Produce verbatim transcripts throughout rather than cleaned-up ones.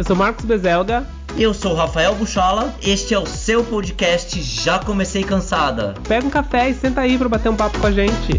Eu sou Marcos Bezelga. Eu sou o Rafael Buchala. Este é o seu podcast Já Comecei Cansada. Pega um café e senta aí pra bater um papo com a gente.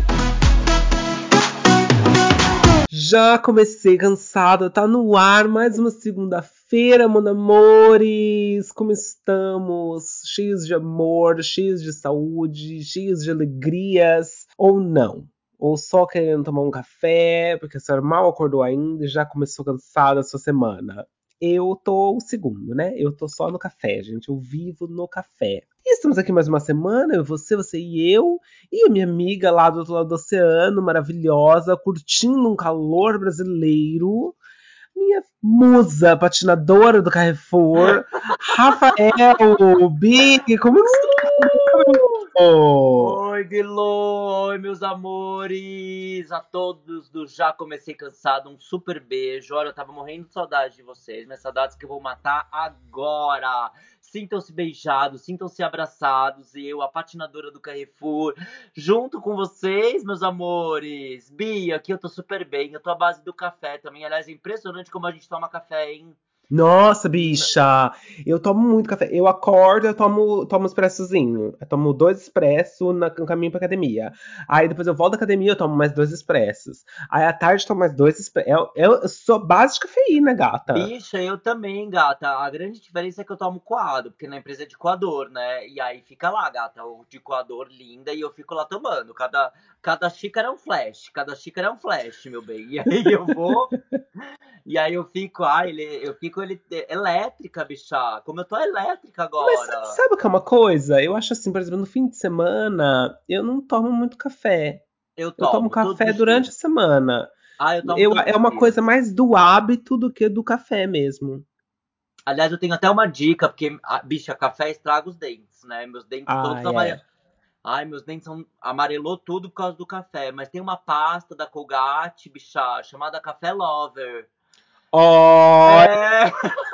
Já comecei cansada, tá no ar mais uma segunda-feira, mon amores. Como estamos? Cheios de amor, cheios de saúde, cheios de alegrias, ou não? Ou só querendo tomar um café, porque a senhora mal acordou ainda e já começou cansada a sua semana. Eu tô o segundo, né? Eu tô só no café, gente. Eu vivo no café. E estamos aqui mais uma semana, eu, você, você e eu. E a minha amiga lá do outro lado do oceano, maravilhosa, curtindo um calor brasileiro. Minha musa patinadora do Carrefour, Rafael Big. Como que você tá? Oi, Bilô! Oi, meus amores! A todos do Já Comecei Cansado, um super beijo. Olha, eu tava morrendo de saudade de vocês, mas saudades que eu vou matar agora. Sintam-se beijados, sintam-se abraçados. E eu, a patinadora do Carrefour, junto com vocês, meus amores. Bia, aqui eu tô super bem. Eu tô à base do café também. Aliás, é impressionante como a gente toma café, hein? Nossa, bicha, eu tomo muito café. Eu acordo, eu tomo, tomo expressozinho. Eu tomo dois expressos na- no caminho pra academia. Aí depois eu volto da academia, eu tomo mais dois expressos. Aí à tarde eu tomo mais dois expressos. Eu, eu sou base de cafeína, gata. Bicha, eu também, gata. A grande diferença é que eu tomo coado, porque na empresa é de coador, né? E aí fica lá, gata, o de coador linda, e eu fico lá tomando. Cada, cada xícara é um flash, cada xícara é um flash, meu bem. E aí eu vou, e aí eu fico, ai, ele, eu fico ele, elétrica, bicha. Como eu tô elétrica Mas agora. sabe o que é uma coisa? Eu acho assim, por exemplo, no fim de semana, eu não tomo muito café. Eu Eu tomo tomo todos café os durante a dias. semana. Ah, eu tomo Eu, todos é os uma coisa dias. mais do hábito do que do café mesmo. Aliás, eu tenho até uma dica, porque, a, bicha, café estraga os dentes, né? Meus dentes Ah, todos é. amarelos. Ai, meus dentes são... amarelou tudo por causa do café. Mas tem uma pasta da Colgate, bicha, chamada Café Lover. Ó, É,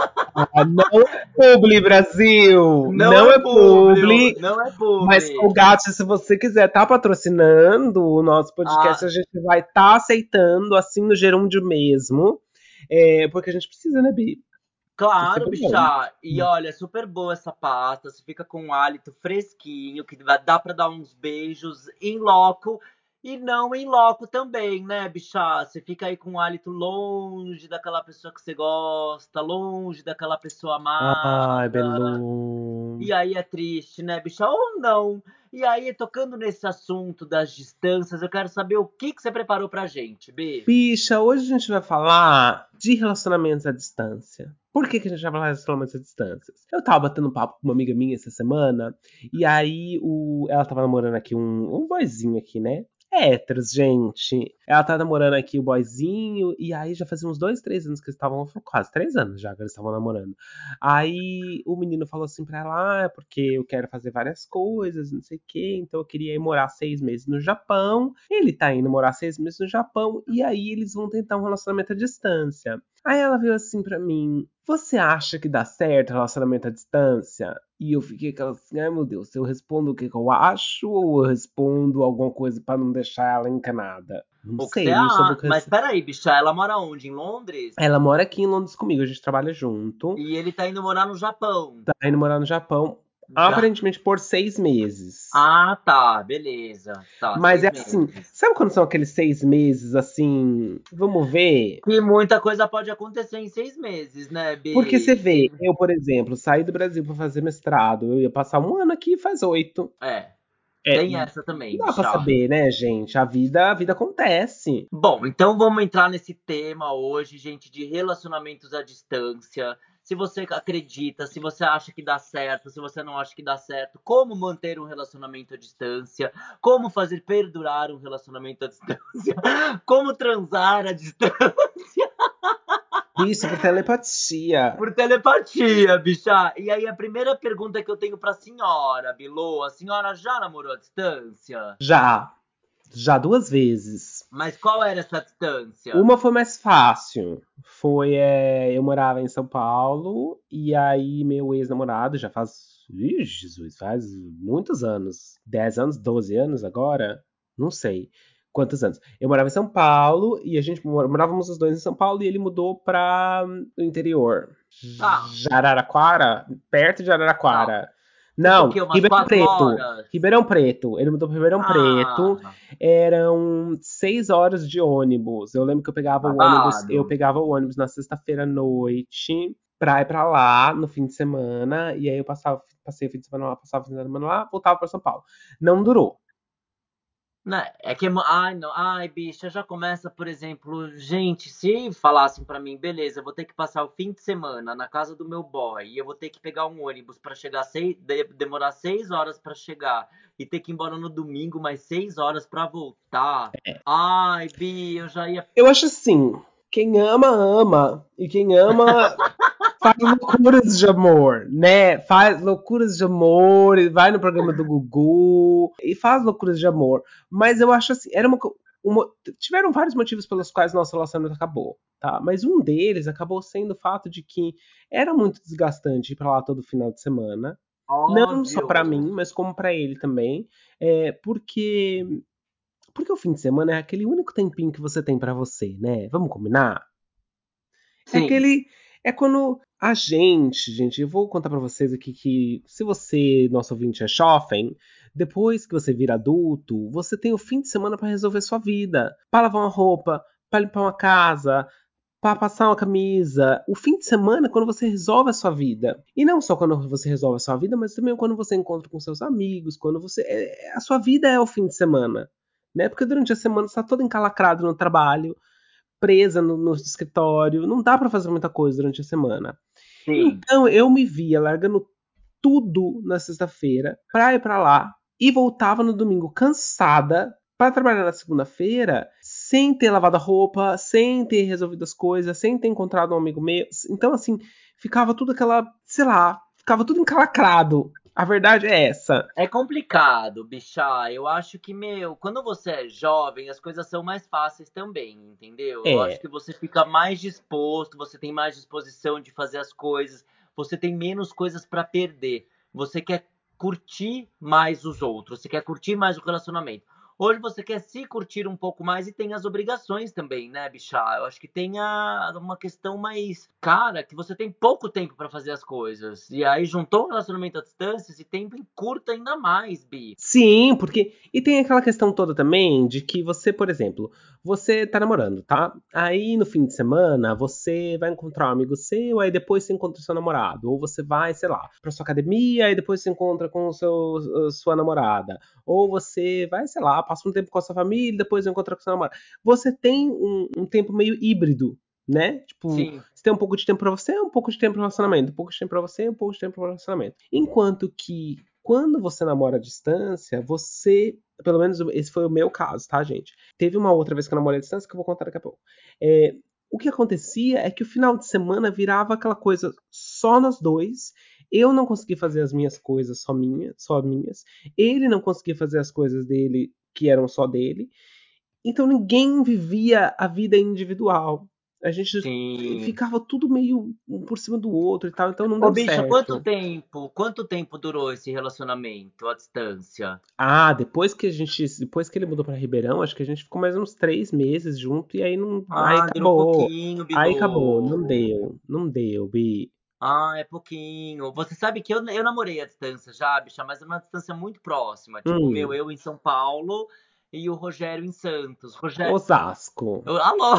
não é publi, Brasil! não Não é é publi, publi, não é mas publi. Colgate, se você quiser estar patrocinando o nosso podcast, a Ah, gente vai estar aceitando, assim, no gerúndio mesmo. É, porque a gente precisa, né, Bi? É claro, sempre bom. bicha. E olha, é super boa essa pasta. Você fica com um hálito fresquinho, que dá dá pra dar uns beijos em loco. E não em loco também, né, bicha? Você fica aí com um hálito longe daquela pessoa que você gosta, longe daquela pessoa Ai, amada. Belu. E aí é triste, né, bicha? Ou não. E aí, tocando nesse assunto das distâncias, eu quero saber o que, que você preparou pra gente, B. Bicha, hoje a gente vai falar de relacionamentos à distância. Por que, que a gente vai falar de relacionamentos à distância? Eu tava batendo um papo com uma amiga minha essa semana, e aí o, ela tava namorando aqui um, um boyzinho aqui, né? É héteros, gente. Ela tava namorando aqui o boyzinho, e aí já fazia uns dois, três anos que eles estavam, quase três anos já que eles estavam namorando. Aí o menino falou assim pra ela, ah, é porque eu quero fazer várias coisas, não sei o quê, então eu queria ir morar seis meses no Japão. Ele tá indo morar seis meses no Japão, e aí eles vão tentar um relacionamento à distância. Aí ela veio assim pra mim: você acha que dá certo relacionamento à distância? E eu fiquei aquela assim, ai meu Deus, eu respondo o que, que eu acho ou eu respondo alguma coisa pra não deixar ela encanada? Não O que você sei, não soube o acha? que. Mas peraí, bicha, ela mora onde? Em Londres? Ela mora aqui em Londres comigo, a gente trabalha junto. E ele tá indo morar no Japão. Tá indo morar no Japão, Ga- aparentemente por seis meses. Ah, tá, beleza. Tá, Mas é seis assim, meses. sabe quando são aqueles seis meses assim? Vamos ver. Que muita coisa pode acontecer em seis meses, né, Porque você B? vê, Tem... eu, por exemplo, saí do Brasil para fazer mestrado, eu ia passar um ano aqui faz oito. É, É, tem não essa também, dá pra bicha. saber, né, gente? A vida, a vida acontece. Bom, então vamos entrar nesse tema hoje, gente, de relacionamentos à distância. Se você acredita, se você acha que dá certo, se você não acha que dá certo, como manter um relacionamento à distância, como fazer perdurar um relacionamento à distância, como transar à distância Isso por telepatia. por telepatia, bicha. E aí a primeira pergunta que eu tenho pra senhora, Bilô, a senhora já namorou à distância? Já, já duas vezes. Mas qual era essa distância? Uma foi mais fácil. Foi, é, eu morava em São Paulo e aí meu ex-namorado já faz, ih, Jesus, faz muitos anos, dez anos, doze anos agora, não sei. Quantos anos? Eu morava em São Paulo e a gente mor- morávamos os dois em São Paulo e ele mudou para o interior. Tá, Jararaquara? Perto de não. Araraquara. Tipo o Não, quê? Umas Ribeirão quatro Preto. horas? Ribeirão Preto. Ele mudou para Ribeirão Preto. Ah, Eram seis horas de ônibus. Eu lembro que eu pegava o ônibus, eu babado. pegava o ônibus na sexta-feira à noite pra ir pra lá no fim de semana. E aí eu passava, passei o fim de semana lá, passava o fim de semana lá, voltava pra São Paulo. Não durou. Né, é que é mu ai não, ai bicha, já começa, por exemplo, gente, se falassem pra mim: "Beleza, eu vou ter que passar o fim de semana na casa do meu boy e eu vou ter que pegar um ônibus pra chegar sei de demorar seis horas pra chegar e ter que ir embora no domingo, mais seis horas pra voltar". Ai, Bi, eu já ia Eu acho assim, quem ama, ama. E quem ama faz loucuras de amor, né? Faz loucuras de amor, e vai no programa do Gugu e faz loucuras de amor. Mas eu acho assim, era uma, co- uma- tiveram vários motivos pelos quais nosso relacionamento acabou, tá? Mas um deles acabou sendo o fato de que era muito desgastante ir pra lá todo final de semana. Não só pra óbvio. mim, mas como pra ele também. É, porque porque o fim de semana é aquele único tempinho que você tem pra você, né? Vamos combinar? É Sim, aquele. É quando a gente, gente, eu vou contar pra vocês aqui que se você, nosso ouvinte, é jovem, depois que você vira adulto, você tem o fim de semana pra resolver sua vida. Pra lavar uma roupa, pra limpar uma casa, pra passar uma camisa. O fim de semana é quando você resolve a sua vida. E não só quando você resolve a sua vida, mas também quando você encontra com seus amigos, quando você. é- A sua vida é o fim de semana. Né? Porque durante a semana você tá todo encalacrado no trabalho, presa no, no escritório, não dá pra fazer muita coisa durante a semana. sim. Então eu me via largando tudo na sexta-feira pra ir pra lá e voltava no domingo cansada pra trabalhar na segunda-feira sem ter lavado a roupa, sem ter resolvido as coisas, sem ter encontrado um amigo meu. Então, assim, ficava tudo aquela, sei lá, ficava tudo encalacrado. A verdade é essa. É complicado, bicha. Eu acho que, meu, quando você é jovem, as coisas são mais fáceis também, entendeu? Eu acho É. que você fica mais disposto, você tem mais disposição de fazer as coisas, você tem menos coisas pra perder. Você quer curtir mais os outros, você quer curtir mais o relacionamento. Hoje você quer se curtir um pouco mais e tem as obrigações também, né, bicha? Eu acho que tem a, uma questão mais cara, que você tem pouco tempo pra fazer as coisas. E aí juntou um relacionamento à distância, esse tempo encurta ainda mais, Bi. Sim, porque. E tem aquela questão toda também de que você, por exemplo, você tá namorando, tá? Aí no fim de semana você vai encontrar um amigo seu, aí depois você encontra o seu namorado. Ou você vai, sei lá, pra sua academia, aí depois você encontra com o seu, sua namorada. Ou você vai, sei lá, passa um tempo com a sua família, depois encontra com o seu namorado. Você tem um, um tempo meio híbrido, né? Tipo, Sim, você tem um pouco de tempo pra você, um pouco de tempo pro relacionamento, um pouco de tempo pra você, um pouco de tempo pro relacionamento. Enquanto que quando você namora à distância, você. Pelo menos esse foi o meu caso, tá, gente? Teve uma outra vez que eu namorei à distância que eu vou contar daqui a pouco. É, o que acontecia é que o final de semana virava aquela coisa só nós dois. Eu não conseguia fazer as minhas coisas só minhas, só minhas. Ele não conseguia fazer as coisas dele que eram só dele. Então ninguém vivia a vida individual. A gente sim. ficava tudo meio um por cima do outro e tal, então não Ô, deu bicha, quanto certo. tempo? Quanto tempo durou esse relacionamento à distância? Ah, depois que a gente, depois que ele mudou pra Ribeirão, acho que a gente ficou mais uns três meses junto e aí não, aí Ah, durou acabou. pouquinho, Aí acabou, não Bilô. deu, não deu, Bi. Ah, é pouquinho. Você sabe que eu, eu namorei à distância já, bicha, mas numa distância muito próxima. Tipo, meu, Hum, eu em São Paulo e o Rogério em Santos. Rogério. Osasco. Alô?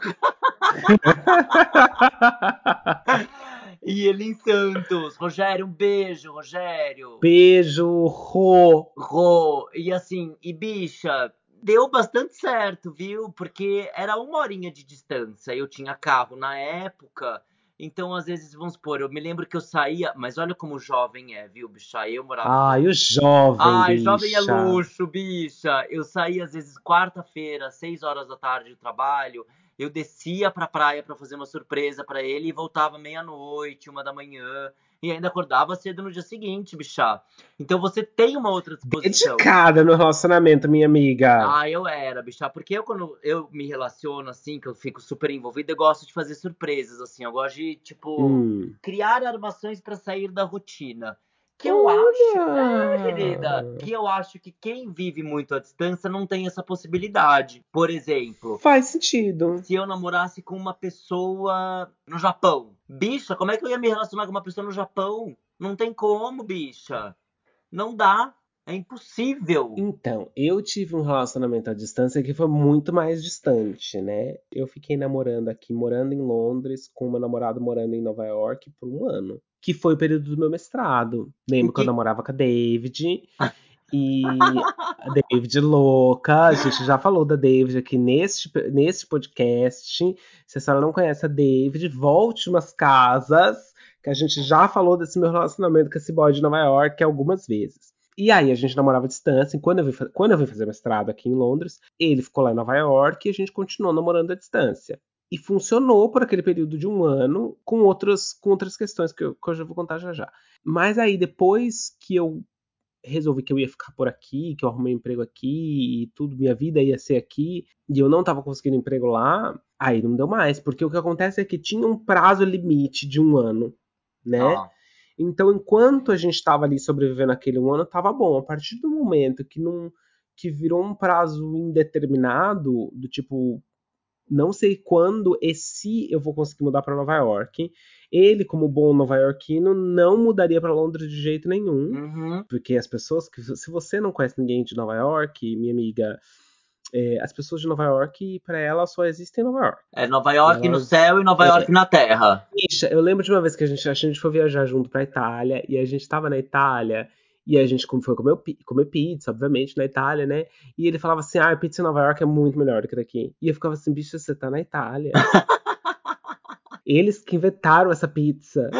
E ele em Santos. Rogério, um beijo, Rogério. Beijo, Rô. Rô. E assim, e bicha, deu bastante certo, viu? Porque era uma horinha de distância. Eu tinha carro na época. Então, às vezes, vamos supor, eu me lembro que eu saía, mas olha como jovem é, viu, bicha? Eu morava em Ai, São. o jovem, Ai, jovem é bicha. luxo, bicha. Eu saía às vezes quarta-feira, seis horas da tarde do trabalho. Eu descia pra praia pra fazer uma surpresa pra ele e voltava meia-noite, uma da manhã. E ainda acordava cedo no dia seguinte, bicha. Então você tem uma outra disposição. Dedicada no relacionamento, minha amiga. Ah, eu era, bicha. Porque eu, quando eu me relaciono assim, que eu fico super envolvido, eu gosto de fazer surpresas, assim. Eu gosto de, tipo, Hum, criar armações pra sair da rotina. Que eu acho, é, Olha! querida, que eu acho que quem vive muito à distância não tem essa possibilidade. Por exemplo, Faz sentido. se eu namorasse com uma pessoa no Japão. Bicha, como é que eu ia me relacionar com uma pessoa no Japão? Não tem como, bicha. Não dá. É impossível. Então, eu tive um relacionamento à distância que foi muito mais distante, né? Eu fiquei namorando aqui, morando em Londres, com meu namorado morando em Nova York por um ano. Que foi o período do meu mestrado. O Lembro que eu que. namorava com a David. E a David louca, a gente já falou da David aqui neste, neste podcast. Se a senhora não conhece a David, volte umas casas, que a gente já falou desse meu relacionamento com esse boy de Nova York algumas vezes. E aí a gente namorava à distância. E quando eu, vim, quando eu vim fazer mestrado aqui em Londres, ele ficou lá em Nova York e a gente continuou namorando à distância. E funcionou por aquele período de um ano, com outras, com outras questões que eu, que eu já vou contar já já. Mas aí, depois que eu resolvi que eu ia ficar por aqui, que eu arrumei um emprego aqui e tudo, minha vida ia ser aqui, e eu não tava conseguindo emprego lá, aí não deu mais, porque o que acontece é que tinha um prazo limite de um ano, né? Ó, Então, enquanto a gente estava ali sobrevivendo aquele um ano, tava bom. A partir do momento que não que virou um prazo indeterminado, do tipo, não sei quando e se eu vou conseguir mudar para Nova York. Ele, como bom nova-iorquino, não mudaria para Londres de jeito nenhum, uhum. porque as pessoas que se você não conhece ninguém de Nova York, minha amiga, é, as pessoas de Nova York para elas só existem em Nova York. É Nova York no Elas céu e Nova é, York na terra. Ixi, eu lembro de uma vez que a gente, a gente foi viajar junto pra Itália e a gente tava na Itália e a gente foi comer, comer pizza, obviamente, na Itália, né? E ele falava assim: ah, a pizza em Nova York é muito melhor do que daqui. E eu ficava assim: bicho, você tá na Itália. Eles que inventaram essa pizza.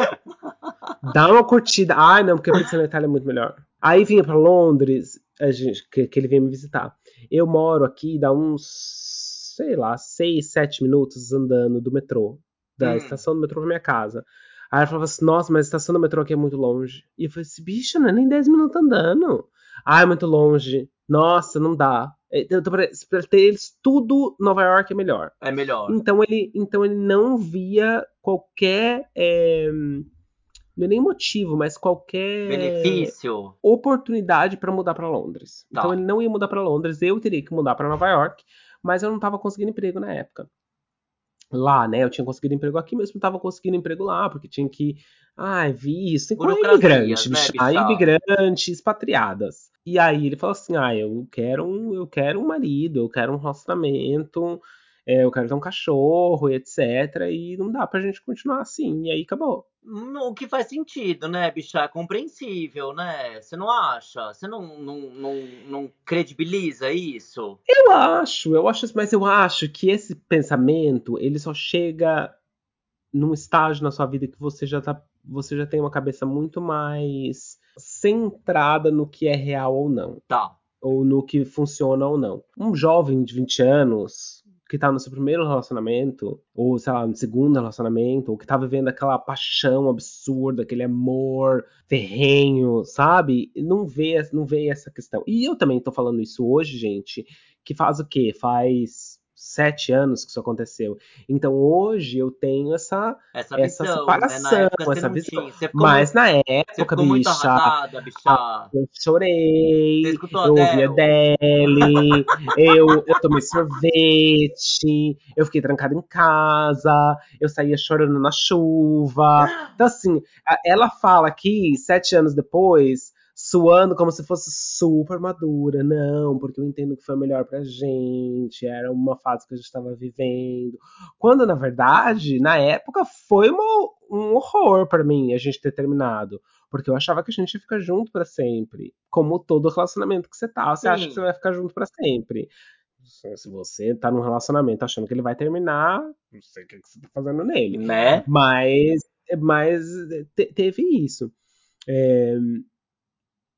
Dá uma curtida. Ai, não, porque a pizza na Itália é muito melhor. Aí vinha pra Londres, a gente, que, que ele vinha me visitar. Eu moro aqui, dá uns, sei lá, seis, sete minutos andando do metrô. Da Hum. estação do metrô pra minha casa. Aí ela falava assim, nossa, mas a estação do metrô aqui é muito longe. E eu falei assim, bicho, não é nem dez minutos andando. Ah, é muito longe. Nossa, não dá. Eu tô pra, pra ter eles tudo, Nova York é melhor. É melhor. Então ele, então ele não via qualquer. É, não é nem motivo, mas qualquer Benefício? oportunidade para mudar para Londres. Então ele Tá. não ia mudar para Londres, eu teria que mudar para Nova York, mas eu não estava conseguindo emprego na época. Lá, né? Eu tinha conseguido emprego aqui, mas não estava conseguindo emprego lá, porque tinha que. Ai, visto, com Burocrazias, imigrante, né, bicha, bicha? imigrante, expatriadas. E aí ele falou assim: ah, eu quero um, eu quero um marido, eu quero um relacionamento, é, eu quero ter um cachorro, e etcétera. E não dá pra gente continuar assim. E aí acabou. Hum, O que faz sentido, né, bicha? É compreensível, né? Você não acha? Você não, não, não, não credibiliza isso? Eu acho, eu acho, mas eu acho que esse pensamento, ele só chega num estágio na sua vida que você já tá, você já tem uma cabeça muito mais centrada no que é real ou não, Tá. ou no que funciona ou não. Um jovem de vinte anos que tá no seu primeiro relacionamento, ou sei lá, no segundo relacionamento, ou que tá vivendo aquela paixão absurda, aquele amor ferrenho, sabe? Não vê, não vê essa questão. E eu também tô falando isso hoje, gente, que faz o quê? Faz sete anos que isso aconteceu. Então hoje eu tenho essa, Essa essa visão, né? Na separação, época você essa não visão. tinha. Você ficou Mas muito, na você época, ficou muito bicha, arrasada, bicha. eu Você chorei, escutou a eu ouvi Adele? Adele, eu, eu tomei sorvete, eu fiquei trancada em casa, eu saía chorando na chuva. Então, assim, a- ela fala aqui, sete anos depois, suando como se fosse super madura. Não, porque eu entendo que foi melhor pra gente, era uma fase que a gente estava vivendo. Quando, na verdade, na época, foi uma- um horror pra mim a gente ter terminado. Porque eu achava que a gente ia ficar junto pra sempre. Como todo relacionamento que você tá, você acha que você Sim, vai ficar junto pra sempre. Se você tá num relacionamento achando que ele vai terminar, não sei o que você tá fazendo nele. né? Mas, mas te- teve isso. É,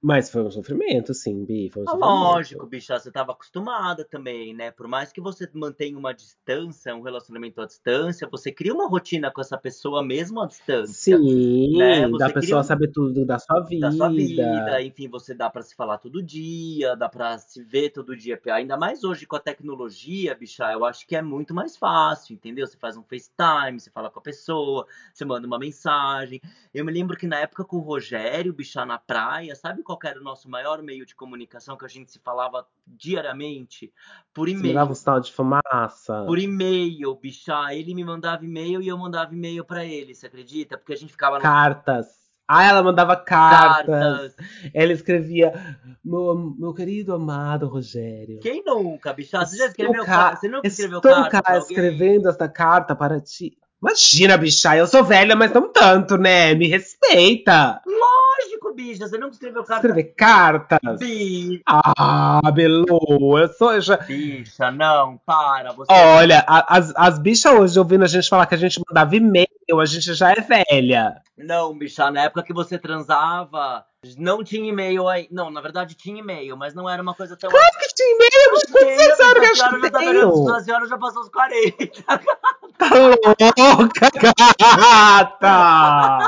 Mas foi um sofrimento, sim, Bi, foi um Ah, sofrimento. lógico, bicha, você estava acostumada também, né? Por mais que você mantenha uma distância, um relacionamento à distância, você cria uma rotina com essa pessoa mesmo à distância, né? Sim, da Você cria pessoa um, saber tudo da sua da sua vida, vida. enfim, você dá pra se falar todo dia, dá pra se ver todo dia. Ainda mais hoje com a tecnologia, bicha, eu acho que é muito mais fácil, entendeu? Você faz um FaceTime, você fala com a pessoa, você manda uma mensagem. Eu me lembro que na época com o Rogério, bicha, na praia, sabe qual que era o nosso maior meio de comunicação que a gente se falava diariamente? Por Você mandava um e-mail. sinal de fumaça. Por e-mail, bicha. Ele me mandava e-mail e eu mandava e-mail pra ele, você acredita? Porque a gente ficava no Cartas. Ah, ela mandava cartas. cartas. Ela escrevia: Meu, meu querido amado Rogério, Quem nunca, bicha? Você já estou escreveu ca... cá, Você nunca escreveu estou carta cá pra alguém? escrevendo esta carta para ti. Imagina, bicha, eu sou velha, mas não tanto, né? Me respeita. Lógico, bicha. Você nunca escreveu carta. Escrever cartas. Bi... Ah, Belu, eu sou. Eu já... Bicha, não, para. Você. Olha, a- as, as bichas hoje ouvindo a gente falar que a gente mandava e-mail, a gente já é velha. Não, bicha, na época que você transava, não tinha e-mail aí. Não, na verdade tinha e-mail, mas não era uma coisa tão Claro assim. que tinha e-mail, bicha. Quantos Tinha, anos você acha bicha, que a eu acho senhora já que tá beirando, a tenho? senhora já passou os quarenta. Tá louca, gata!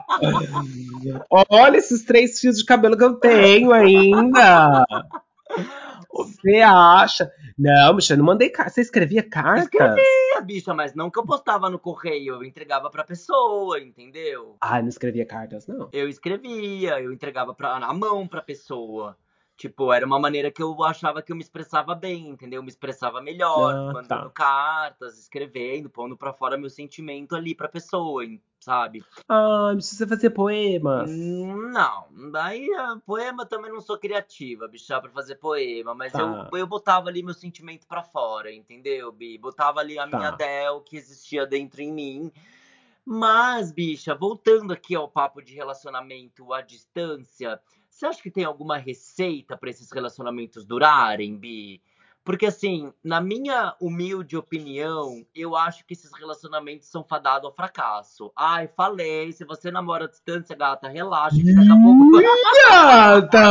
Olha esses três fios de cabelo que eu tenho ainda. Você acha? Não, bicha, eu não mandei carta. Você escrevia cartas? Escrevia, bicha, mas não que eu postava no correio, eu entregava pra pessoa, entendeu? Ah, não escrevia cartas, não. Eu escrevia, eu entregava pra, na mão pra pessoa. Tipo, era uma maneira que eu achava que eu me expressava bem, entendeu? Eu me expressava melhor, Ah, mandando tá. cartas, escrevendo, pondo pra fora meu sentimento ali pra pessoa, hein, sabe? Ah, bicha, você fazia poemas? Hum, Não, daí ah, poema também não sou criativa, bicha, pra fazer poema, mas eu, Tá, eu botava ali meu sentimento pra fora, entendeu, Bi? Botava ali a minha tá. Adele que existia dentro em mim. Mas, bicha, voltando aqui ao papo de relacionamento à distância, você acha que tem alguma receita pra esses relacionamentos durarem, Bi? Porque, assim, na minha humilde opinião, eu acho que esses relacionamentos são fadados ao fracasso. Ai, falei, se você namora à distância, gata, relaxa, que daqui a pouco. Ih, gata!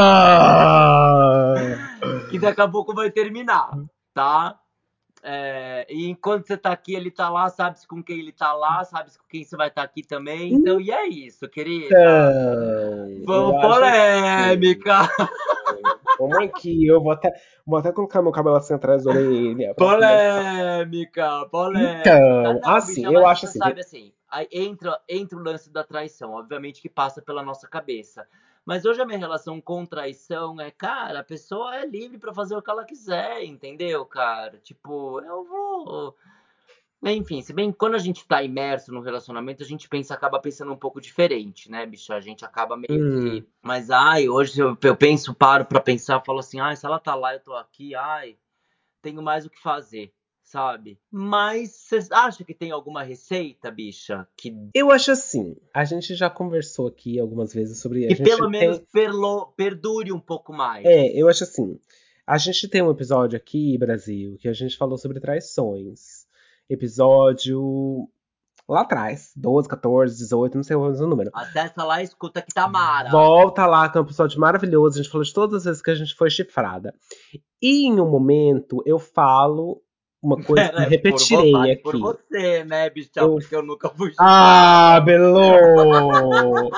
que daqui a pouco vai terminar, tá? É, e enquanto você tá aqui, ele tá lá, sabe-se com quem ele tá lá, sabe-se com quem você vai estar aqui também. Então, e é isso, querida. Então, eu Vamos acho assim. polêmica. Vamos aqui, eu vou até, vou até colocar meu cabelo assim atrás da orelha pra começar. Polêmica, polêmica. Então, Não, assim, bicha, eu mas acho você assim. sabe assim, aí entra, entra o lance da traição, obviamente que passa pela nossa cabeça. Mas hoje a minha relação com traição é, cara, a pessoa é livre pra fazer o que ela quiser, entendeu, cara? Tipo, eu vou. Enfim, se bem que quando a gente tá imerso no relacionamento, a gente pensa, acaba pensando um pouco diferente, né, bicho? A gente acaba meio Hum, que. Mas, ai, hoje eu, eu penso, paro pra pensar, falo assim, ai, se ela tá lá, eu tô aqui, ai, tenho mais o que fazer, sabe? Mas você acha que tem alguma receita, bicha, que, eu acho assim. A gente já conversou aqui algumas vezes sobre. A que gente pelo menos tem. perlo, perdure um pouco mais? É, eu acho assim. A gente tem um episódio aqui, Brasil, que a gente falou sobre traições. Episódio lá atrás, doze, catorze, dezoito, não sei o número. Acessa lá e escuta que Tamara. Volta lá, que é um episódio maravilhoso. A gente falou de todas as vezes que a gente foi chifrada. E em um momento eu falo uma coisa que eu É, por repetirei vontade, por aqui. você, né, bicha? Eu. Porque eu nunca fui Ah, chifrada. Belô!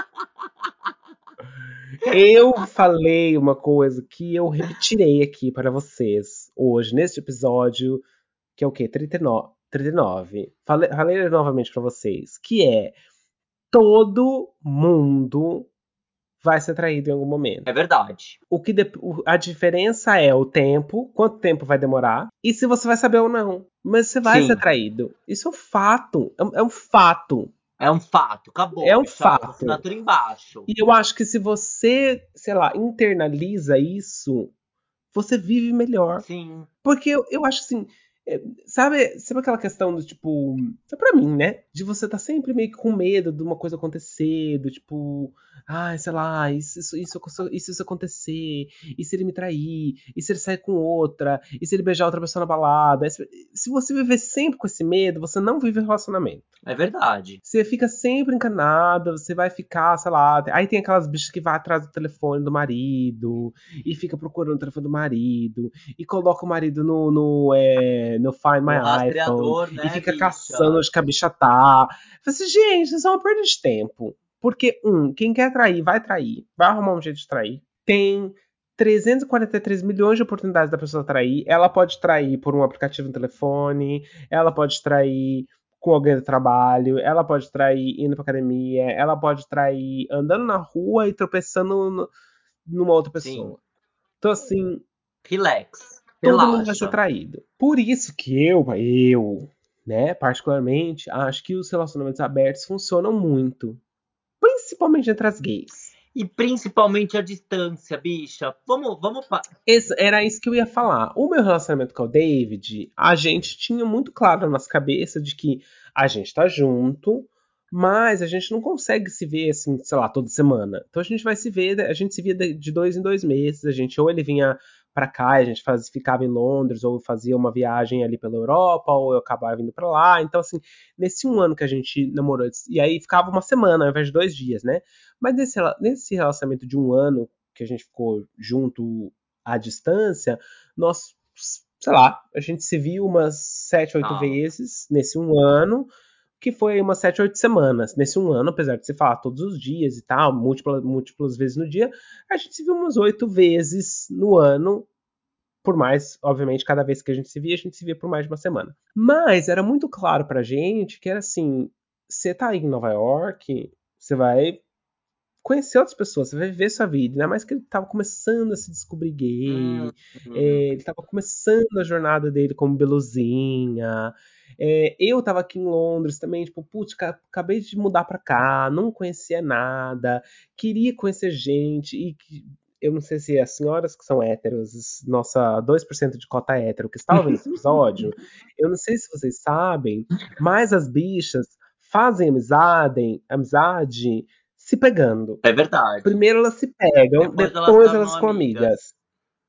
Eu falei uma coisa que eu repetirei aqui para vocês hoje, neste episódio, que é o quê? trinta e nove. trinta e nove. Falei, falei novamente para vocês, que é todo mundo vai ser traído em algum momento. É verdade. O que de- o- a diferença é o tempo, quanto tempo vai demorar, e se você vai saber ou não. Mas você vai ser Sim, traído. Isso é um fato. É, um é um fato. é um fato. Acabou, É um bicha. Com fato. assinatura embaixo. E eu acho que se você, sei lá, internaliza isso, você vive melhor. Sim. Porque eu, eu acho assim, Sabe, sabe aquela questão do tipo. É pra mim, né? De você tá sempre meio que com medo de uma coisa acontecer, do tipo. Ai, sei lá, isso, isso, isso, isso, isso acontecer, e se ele me trair, e se ele sair com outra, e se ele beijar outra pessoa na balada. Se, se você viver sempre com esse medo, você não vive relacionamento. É verdade. Você fica sempre encanada, você vai ficar, sei lá. Aí tem aquelas bichas que vai atrás do telefone do marido e fica procurando o telefone do marido e coloca o marido no, no, é, no Find No My iPhone rastreador, e né, fica bicha? caçando onde que a bicha tá. Fala assim, gente, isso é uma perda de tempo. Porque, um, quem quer trair, vai trair, vai arrumar um jeito de trair. Tem trezentos e quarenta e três milhões de oportunidades da pessoa trair. Ela pode trair por um aplicativo no telefone, ela pode trair com alguém do trabalho, ela pode trair indo pra academia, ela pode trair andando na rua e tropeçando no, numa outra Sim. pessoa. Então, assim, Relax. todo mundo vai ser Relaxa. traído. Por isso que eu, eu, né, particularmente, acho que os relacionamentos abertos funcionam muito. Principalmente entre as gays. E principalmente a distância, bicha. Vamos, vamos. Pa... Esse, era isso que eu ia falar. O meu relacionamento com o David, a gente tinha muito claro na nossa cabeça de que a gente tá junto, mas a gente não consegue se ver assim, sei lá, toda semana. Então a gente vai se ver, a gente se via de dois em dois meses. A gente ou ele vinha pra cá, a gente faz, ficava em Londres, ou fazia uma viagem ali pela Europa, ou eu acabava vindo pra lá. Então, assim, nesse um ano que a gente namorou, e aí ficava uma semana ao invés de dois dias, né? Mas nesse, nesse relacionamento de um ano que a gente ficou junto à distância, nós, sei lá, a gente se viu umas sete, oito Ah, vezes nesse um ano, que foi umas sete, oito semanas. Nesse um ano, apesar de se falar todos os dias e tal, múltiplas, múltiplas vezes no dia, a gente se viu umas oito vezes no ano. Por mais, obviamente, cada vez que a gente se via, a gente se via por mais de uma semana. Mas era muito claro pra gente que era assim: você tá aí em Nova York, você vai conhecer outras pessoas, você vai viver sua vida. Ainda mais que ele tava começando a se descobrir hum, gay, hum. é, ele tava começando a jornada dele como beluzinha. É, eu tava aqui em Londres também, tipo, putz, acabei de mudar pra cá, não conhecia nada, queria conhecer gente, e eu não sei se as senhoras que são héteros, nossa dois por cento de cota hétero que está ouvindo esse episódio, eu não sei se vocês sabem, mas as bichas fazem amizade, amizade se pegando. É verdade. Primeiro elas se pegam, Depois elas depois elas tornam ficam amigas. amigas.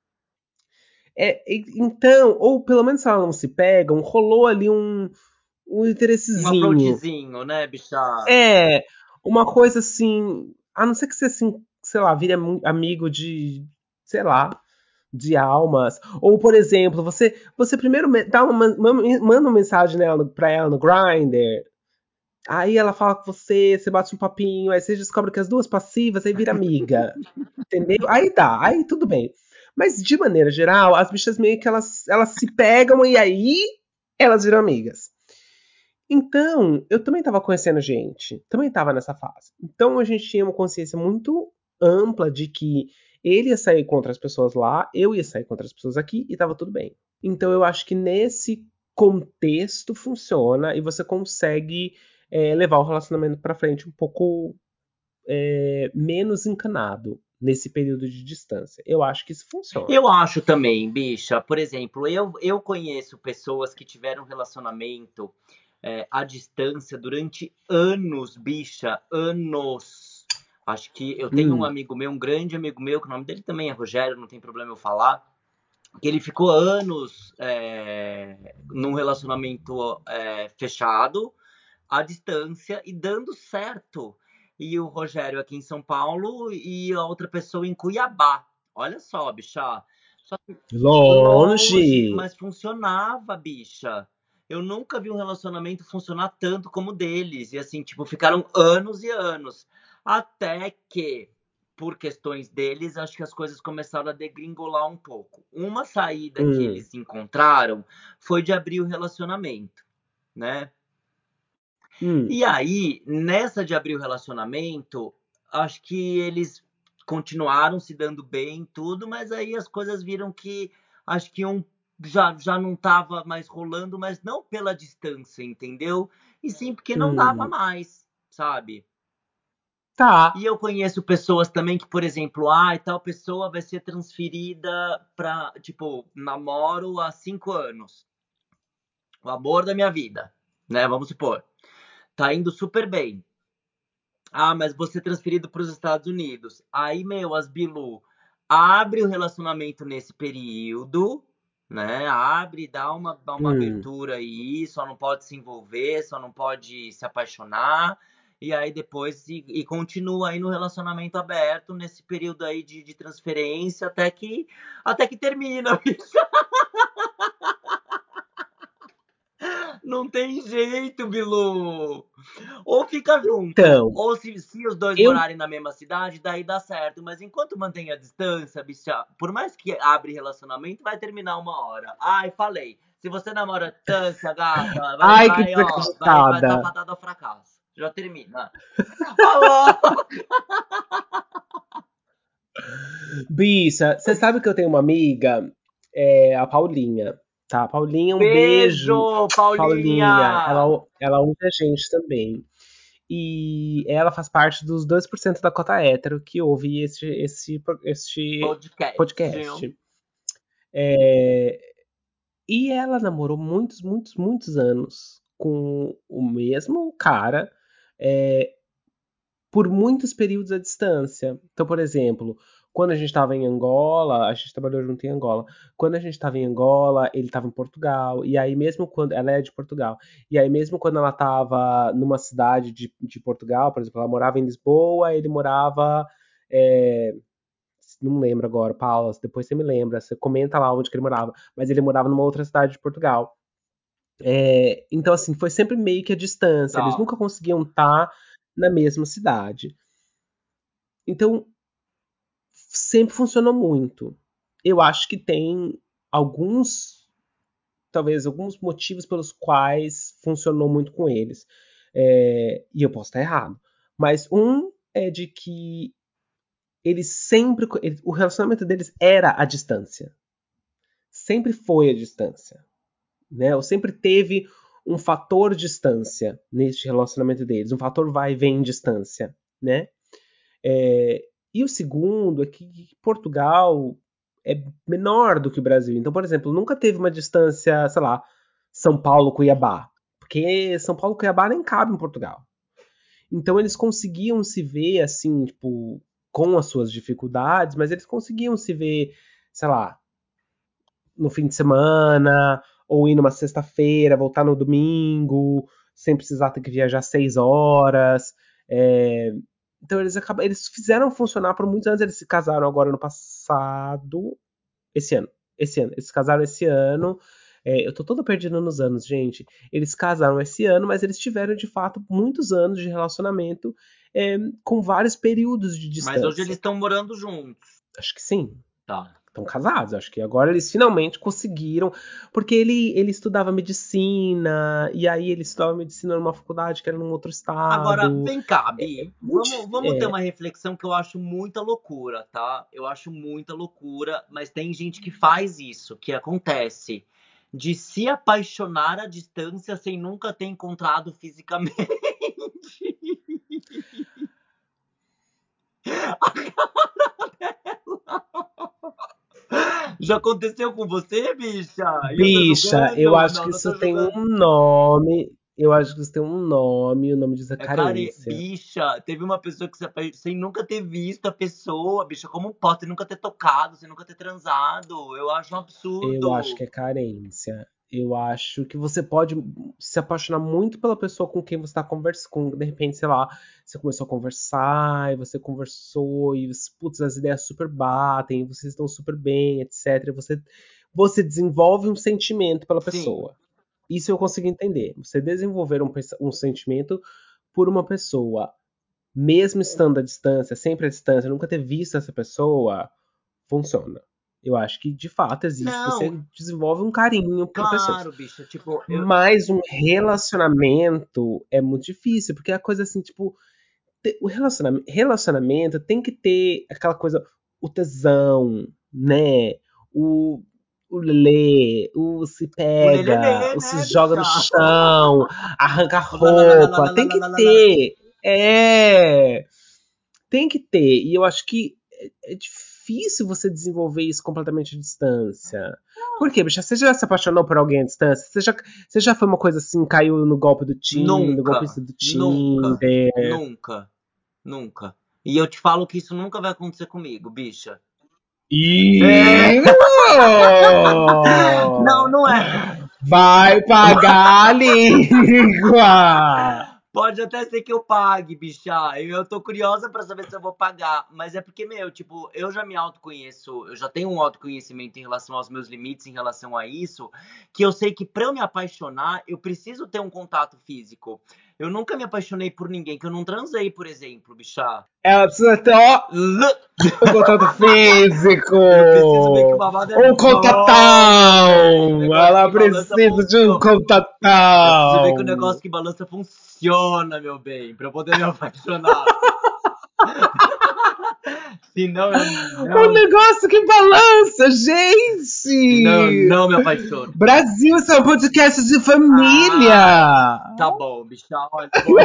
É, então, ou pelo menos se elas não se pegam, rolou ali um, um Um interessezinho. approachzinho, né, bicha? É, uma coisa assim, a não ser que você, assim, sei lá, vire amigo de, sei lá, de almas. Ou, por exemplo, você, você primeiro dá uma, manda uma mensagem nela, pra ela no Grindr. Aí ela fala com você, você bate um papinho, aí você descobre que as duas passivas, aí vira amiga. Entendeu? Aí dá, aí tudo bem. Mas de maneira geral, as bichas meio que elas, elas se pegam e aí elas viram amigas. Então, eu também tava conhecendo gente, também tava nessa fase. Então a gente tinha uma consciência muito ampla de que ele ia sair com outras pessoas lá, eu ia sair com outras pessoas aqui e tava tudo bem. Então eu acho que nesse contexto funciona e você consegue é, levar o relacionamento pra frente um pouco é, menos encanado nesse período de distância. Eu acho que isso funciona. Eu acho também, bicha. Por exemplo, eu, eu conheço pessoas que tiveram relacionamento é, à distância durante anos, bicha, anos. Acho que eu tenho um Hum, amigo meu, um grande amigo meu, que o nome dele também é Rogério, não tem problema eu falar, que ele ficou anos é, num relacionamento é, fechado, à distância e dando certo. E o Rogério aqui em São Paulo e a outra pessoa em Cuiabá. Olha só, bicha. Só que longe, longe. mas funcionava, bicha. Eu nunca vi um relacionamento funcionar tanto como o deles. E assim, tipo, ficaram anos e anos. Até que, por questões deles, acho que as coisas começaram a degringolar um pouco. Uma saída que Hum, eles encontraram foi de abrir o relacionamento, né? hum, E aí, nessa de abrir o relacionamento, acho que eles continuaram se dando bem tudo, mas aí as coisas viram que acho que um já, já não estava mais rolando, mas não pela distância, entendeu? E sim porque não dava hum. mais, sabe? Tá. E eu conheço pessoas também que, por exemplo, ah, e tal pessoa vai ser transferida para, tipo, namoro há cinco anos. o amor da minha vida, né? Vamos supor, tá indo super bem. Ah, mas você transferido para os Estados Unidos. Aí, meu, as Bilu abre o relacionamento nesse período, né? Abre, dá uma, dá uma Hum. abertura aí, só não pode se envolver, só não pode se apaixonar. E aí depois e, e continua aí no relacionamento aberto nesse período aí de, de transferência até que até que termina. Não tem jeito, Bilu. Ou fica junto, Então, ou se, se os dois eu. morarem na mesma cidade, daí dá certo. Mas enquanto mantém a distância, bicha, por mais que abre relacionamento, vai terminar uma hora. Ai, falei. Se você namora à distância, gata, vai, Ai, que vai, ó, vai, vai estar desacreditada. fadada ao fracasso. Já termina. Alô? Bicha, você sabe que eu tenho uma amiga, é, a Paulinha, tá? Paulinha, um beijo, Beijo, Paulinha. Ela, Paulinha! ela ouve a gente também. E ela faz parte dos dois por cento da cota hétero que ouve esse, esse, esse Podcast. podcast. É, e ela namorou muitos, muitos, muitos anos com o mesmo cara, é, por muitos períodos à distância. Então, por exemplo, quando a gente estava em Angola, a gente trabalhou junto em Angola. Quando a gente estava em Angola, ele estava em Portugal. E aí, mesmo quando. Ela é de Portugal. E aí, mesmo quando ela estava numa cidade de, de Portugal, por exemplo, ela morava em Lisboa, ele morava. É, não lembro agora, Paula, depois você me lembra, você comenta lá onde que ele morava. Mas ele morava numa outra cidade de Portugal. É, então, assim, foi sempre meio que a distância. Eles Tá. nunca conseguiam estar na mesma cidade. Então, sempre funcionou muito. Eu acho que tem alguns, talvez, alguns motivos pelos quais funcionou muito com eles. É, e eu posso estar errado. Mas um é de que eles sempre. Ele- o relacionamento deles era a distância. Sempre foi a distância. Né? Ou sempre teve um fator distância neste relacionamento deles. Um fator vai e vem em distância. Né? É, e o segundo é que Portugal é menor do que o Brasil. Então, por exemplo, nunca teve uma distância, sei lá, São Paulo-Cuiabá. Porque São Paulo-Cuiabá nem cabe em Portugal. Então eles conseguiam se ver assim, tipo, com as suas dificuldades, mas eles conseguiam se ver, sei lá, no fim de semana, ou ir numa sexta-feira, voltar no domingo, sem precisar ter que viajar seis horas. É, então eles acabam, eles fizeram funcionar por muitos anos. Eles se casaram agora no passado, esse ano, esse ano, eles se casaram esse ano. É, eu tô todo perdido nos anos, gente. Eles se casaram esse ano, mas eles tiveram de fato muitos anos de relacionamento, é, com vários períodos de Mas hoje eles distância. estão morando juntos. Acho que sim. Tá. Estão casados. Acho que agora eles finalmente conseguiram. Porque ele, ele estudava medicina, e aí ele estudava medicina numa faculdade que era num outro Agora, estado. vem cá, É, é Bi. muito. Vamos, vamos ter É, uma reflexão que eu acho muita loucura, tá? Eu acho muita loucura, mas tem gente que faz isso, que acontece. De se apaixonar à distância sem nunca ter encontrado fisicamente. Já aconteceu com você, bicha? E eu tô bicha, eu julgando? acho Não, que não isso tô tem julgando. um nome. Eu acho que isso tem um nome. O nome diz é É, care... carência. Bicha, teve uma pessoa que se apa- sem nunca ter visto a pessoa, bicha, como pode? Sem nunca ter tocado, sem nunca ter transado. Eu acho um Eu acho absurdo. que é carência. Eu acho que você pode se apaixonar muito pela pessoa com quem você está conversando. De repente, sei lá, você começou a conversar, e você conversou, e putz, as ideias super batem, vocês estão super bem, etcétera. Você, você desenvolve um sentimento pela Sim. pessoa. Isso eu consigo entender. Você desenvolver um, um sentimento por uma pessoa, mesmo estando à distância, sempre à distância, nunca ter visto essa pessoa, funciona. Eu acho que de fato existe. Não, Você desenvolve um carinho por pessoas. claro, bicha, tipo, eu. Mas um relacionamento é muito difícil, porque é a coisa assim, tipo, o relacionamento, relacionamento tem que ter aquela coisa, o tesão, né? O, o lelê, o se O pega, lelelê, o se né, joga bicha? no chão, arranca O lá, lá, lá, lá, lá, roupa, lá, tem lá, que lá, lá, lá. ter. É, tem que ter. E eu acho que é, é difícil você desenvolver isso completamente à distância. Por quê, bicha? Você já se apaixonou por alguém à distância? Você já, você já foi uma coisa assim, caiu no golpe do Tinder, no Nunca, golpista do nunca, Tinder? nunca, nunca. E eu te falo que isso nunca vai acontecer comigo, bicha. É. Ih! Não, não é. Vai pagar a língua! Pode até ser que eu pague, bicha. Eu, eu tô curiosa pra saber se eu vou pagar. Mas é porque, meu, tipo, eu já me autoconheço, eu já tenho um autoconhecimento em relação aos meus limites, em relação a isso, que eu sei que pra eu me apaixonar, eu preciso ter um contato físico. Eu nunca me apaixonei por ninguém que eu não transei, por exemplo, bicha. Ela precisa ter, ó, um contato físico! Eu preciso ver que o babado é Um bom, meu bem. O contatão! negócio Ela que balança precisa de um funciona. Eu preciso ver que o contatão! negócio que balança funciona, meu bem, pra eu poder me apaixonar. Senão eu Um não. negócio que balança, Senão eu gente! não me apaixono. Brasil, esse é um podcast de Ah, família! tá bom, bicha. Olha, vou...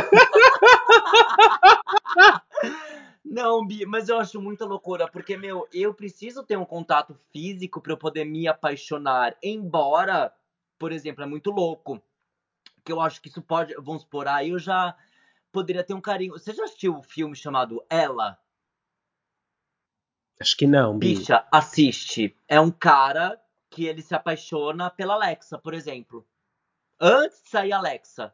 Não, Bi, mas eu acho muita loucura, porque, meu, eu preciso ter um contato físico pra eu poder me apaixonar. Embora, por exemplo, é muito louco. Que eu acho que isso pode, vamos supor, aí eu já poderia ter um carinho. Você já assistiu o filme chamado Ela? Acho que não, Bi. Bicha, assiste. É um cara que ele se apaixona pela Alexa, por exemplo. Antes de sair a Alexa.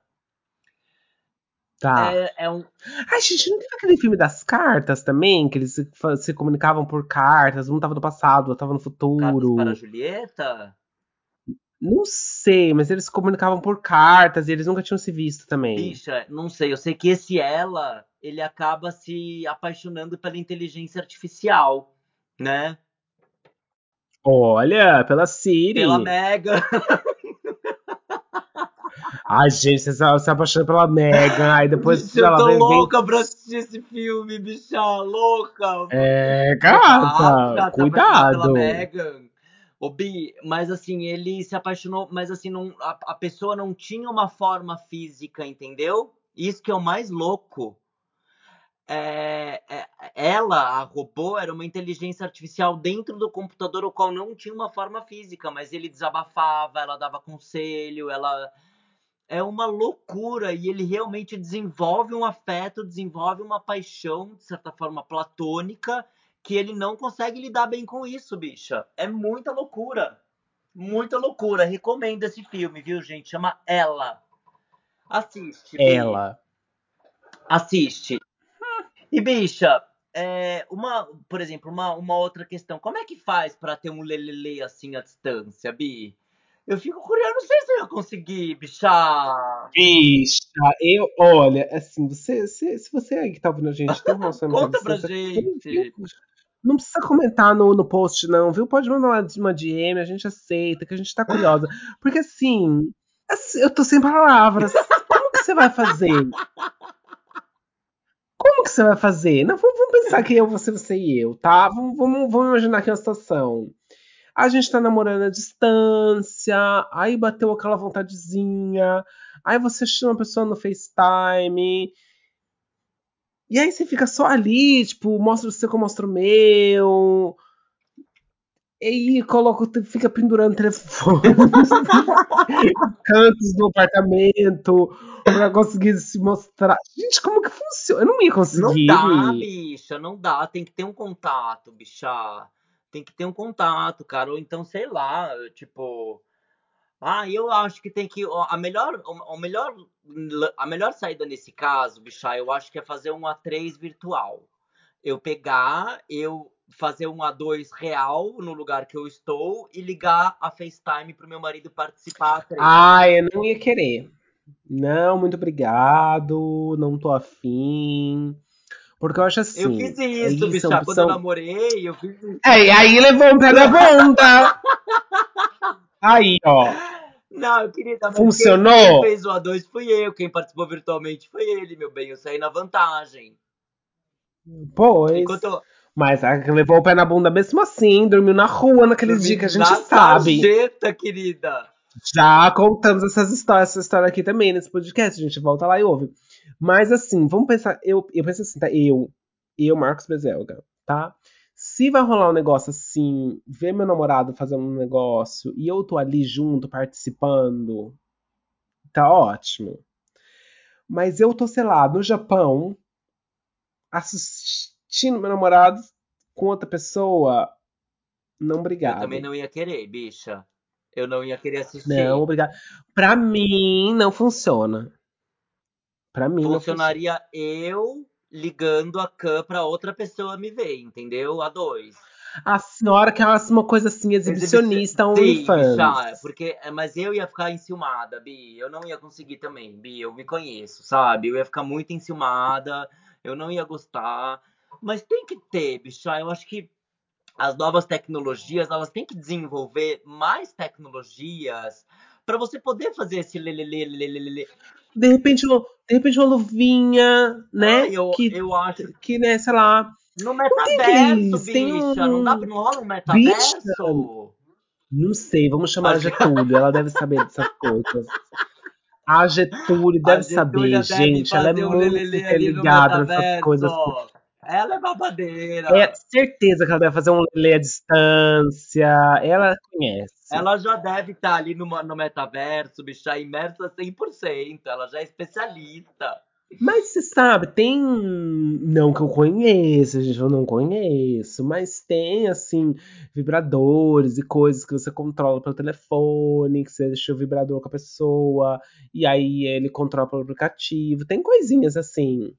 Tá. É, é um Ai, gente, não teve aquele filme das cartas também? Que eles se, fa- se comunicavam por cartas, um tava no passado, outro tava no Cartas para a futuro. Julieta? Não sei, mas eles se comunicavam por cartas e eles nunca tinham se visto também. Bicha, não sei. Eu sei que esse ela, ele acaba se apaixonando pela inteligência artificial, né? Olha, pela Pela Siri. Mega. Ai, gente, você se se apaixona pela Megan, aí depois Bicha, eu ela tô vem, vem. louca pra assistir esse filme, bicha, louca. É, Porra, gata, gata, apaixonar pela cuidado. Megan. Ô, Bi, mas assim, ele se apaixonou, mas assim, não, a, a pessoa não tinha uma forma física, entendeu? Isso que é o mais louco. É, é, ela, a robô, era uma inteligência artificial dentro do computador, o qual não tinha uma forma física, mas ele desabafava, ela dava conselho, ela é uma loucura e ele realmente desenvolve um afeto, desenvolve uma paixão, de certa forma platônica, que ele não consegue lidar bem com isso, bicha. É muita loucura. Muita loucura. Recomendo esse filme, viu, gente? Chama Ela. Assiste, Bi. Ela. Assiste. E, bicha, é, uma, por exemplo, uma, uma outra questão. Como é que faz pra ter um lelele assim à distância, Bi? Eu fico curioso, não sei se eu ia conseguir, bicha. Bicha, eu, olha, assim, você, se, se você aí que tá ouvindo a gente tem um relacionamento à Conta pra distância, vem, vem, gente. não precisa comentar no, no post, não, viu? Pode mandar uma, uma D M, a gente aceita, que a gente tá curiosa. Porque assim, assim, eu tô sem palavras. Como que você vai fazer? Como que você vai fazer? Não, vamos, vamos pensar que eu, você, você e eu, tá? Vamos, vamos, vamos imaginar aqui uma situação. A gente tá namorando à distância, aí bateu aquela vontadezinha, aí você chama a pessoa no FaceTime, e aí você fica só ali, tipo, mostra o seu que eu mostro o meu, e aí coloca, o te- fica pendurando telefones, cantos do apartamento, pra conseguir se mostrar. Gente, como que funciona? Eu não ia Não conseguir. dá, bicha, não dá. Tem que ter um contato, bicha. Tem que ter um contato, cara. Ou então, sei lá, tipo. Ah, eu acho que tem que. ó, A melhor, o o melhor, a melhor saída nesse caso, bicha, eu acho que é fazer um A três virtual. Eu pegar, eu fazer um A dois real no lugar que eu estou e ligar a FaceTime pro meu marido participar A três. Ah, eu não ia querer. Não, muito obrigado, não tô afim. Porque eu acho Eu fiz assim, isso, aí são, bicha. Quando eu são... namorei, eu fiz isso. É, aí levou um pé na bunda. Aí, ó. Não, querida, mas quem, quem Funcionou? fez o A dois fui eu, quem participou virtualmente foi ele, meu bem. Eu saí na vantagem. Enquanto Pois. eu Mas a que levou o pé na bunda mesmo assim, dormiu na rua naquele dormi dia que a gente na sabe. sarjeta, querida. Já contamos essas histórias, essa história aqui também nesse podcast, a gente volta lá e ouve. Mas assim, vamos pensar, eu, eu penso assim, tá? Eu, eu, Marcos Bezelga, tá? Se vai rolar um negócio assim, ver meu namorado fazendo um negócio e eu tô ali junto, participando, tá ótimo. Mas eu tô, sei lá, no Japão, assistindo meu namorado com outra pessoa, não, Eu também obrigado. não ia querer, bicha. Eu não ia querer Não, assistir. obrigado. Pra mim, não funciona. Pra mim, não funciona. Funcionaria eu ligando a cam pra outra pessoa me ver, entendeu? A dois. A senhora quer uma coisa assim, Exibici... exibicionista, Sim, OnlyFans. bicha, porque, mas eu ia ficar enciumada, Bi. Eu não ia conseguir também, Bi. Eu me conheço, sabe? Eu ia ficar muito enciumada, eu não ia gostar. Mas tem que ter, bicha. Eu acho que as novas tecnologias, elas têm que desenvolver mais tecnologias para você poder fazer esse lelelelelelele. De repente, uma- de repente uma luvinha, Ah, né? eu, Que, eu acho que, né, sei lá. no Não tem metaverso, aqueles. Tem bicha, não dá, um. não rola um Bicha! metaverso? Não sei, vamos chamar a Acho que Getúlio. Ela deve saber dessas coisas. A Getúlio a deve saber, Getúlia deve gente. Ela é fazer um muito lelelê ali no interligada nessas metaverso. coisas. Ela é É babadeira. certeza que ela deve fazer um lelê à distância. Ela conhece. Ela já deve estar ali no, no metaverso, bicha, imersa cem por cento. Ela já é especialista. Mas você sabe, tem. Não que eu conheça, gente, eu não conheço, mas tem, assim, vibradores e coisas que você controla pelo telefone, que você deixa o vibrador com a pessoa, e aí ele controla pelo aplicativo. Tem coisinhas assim.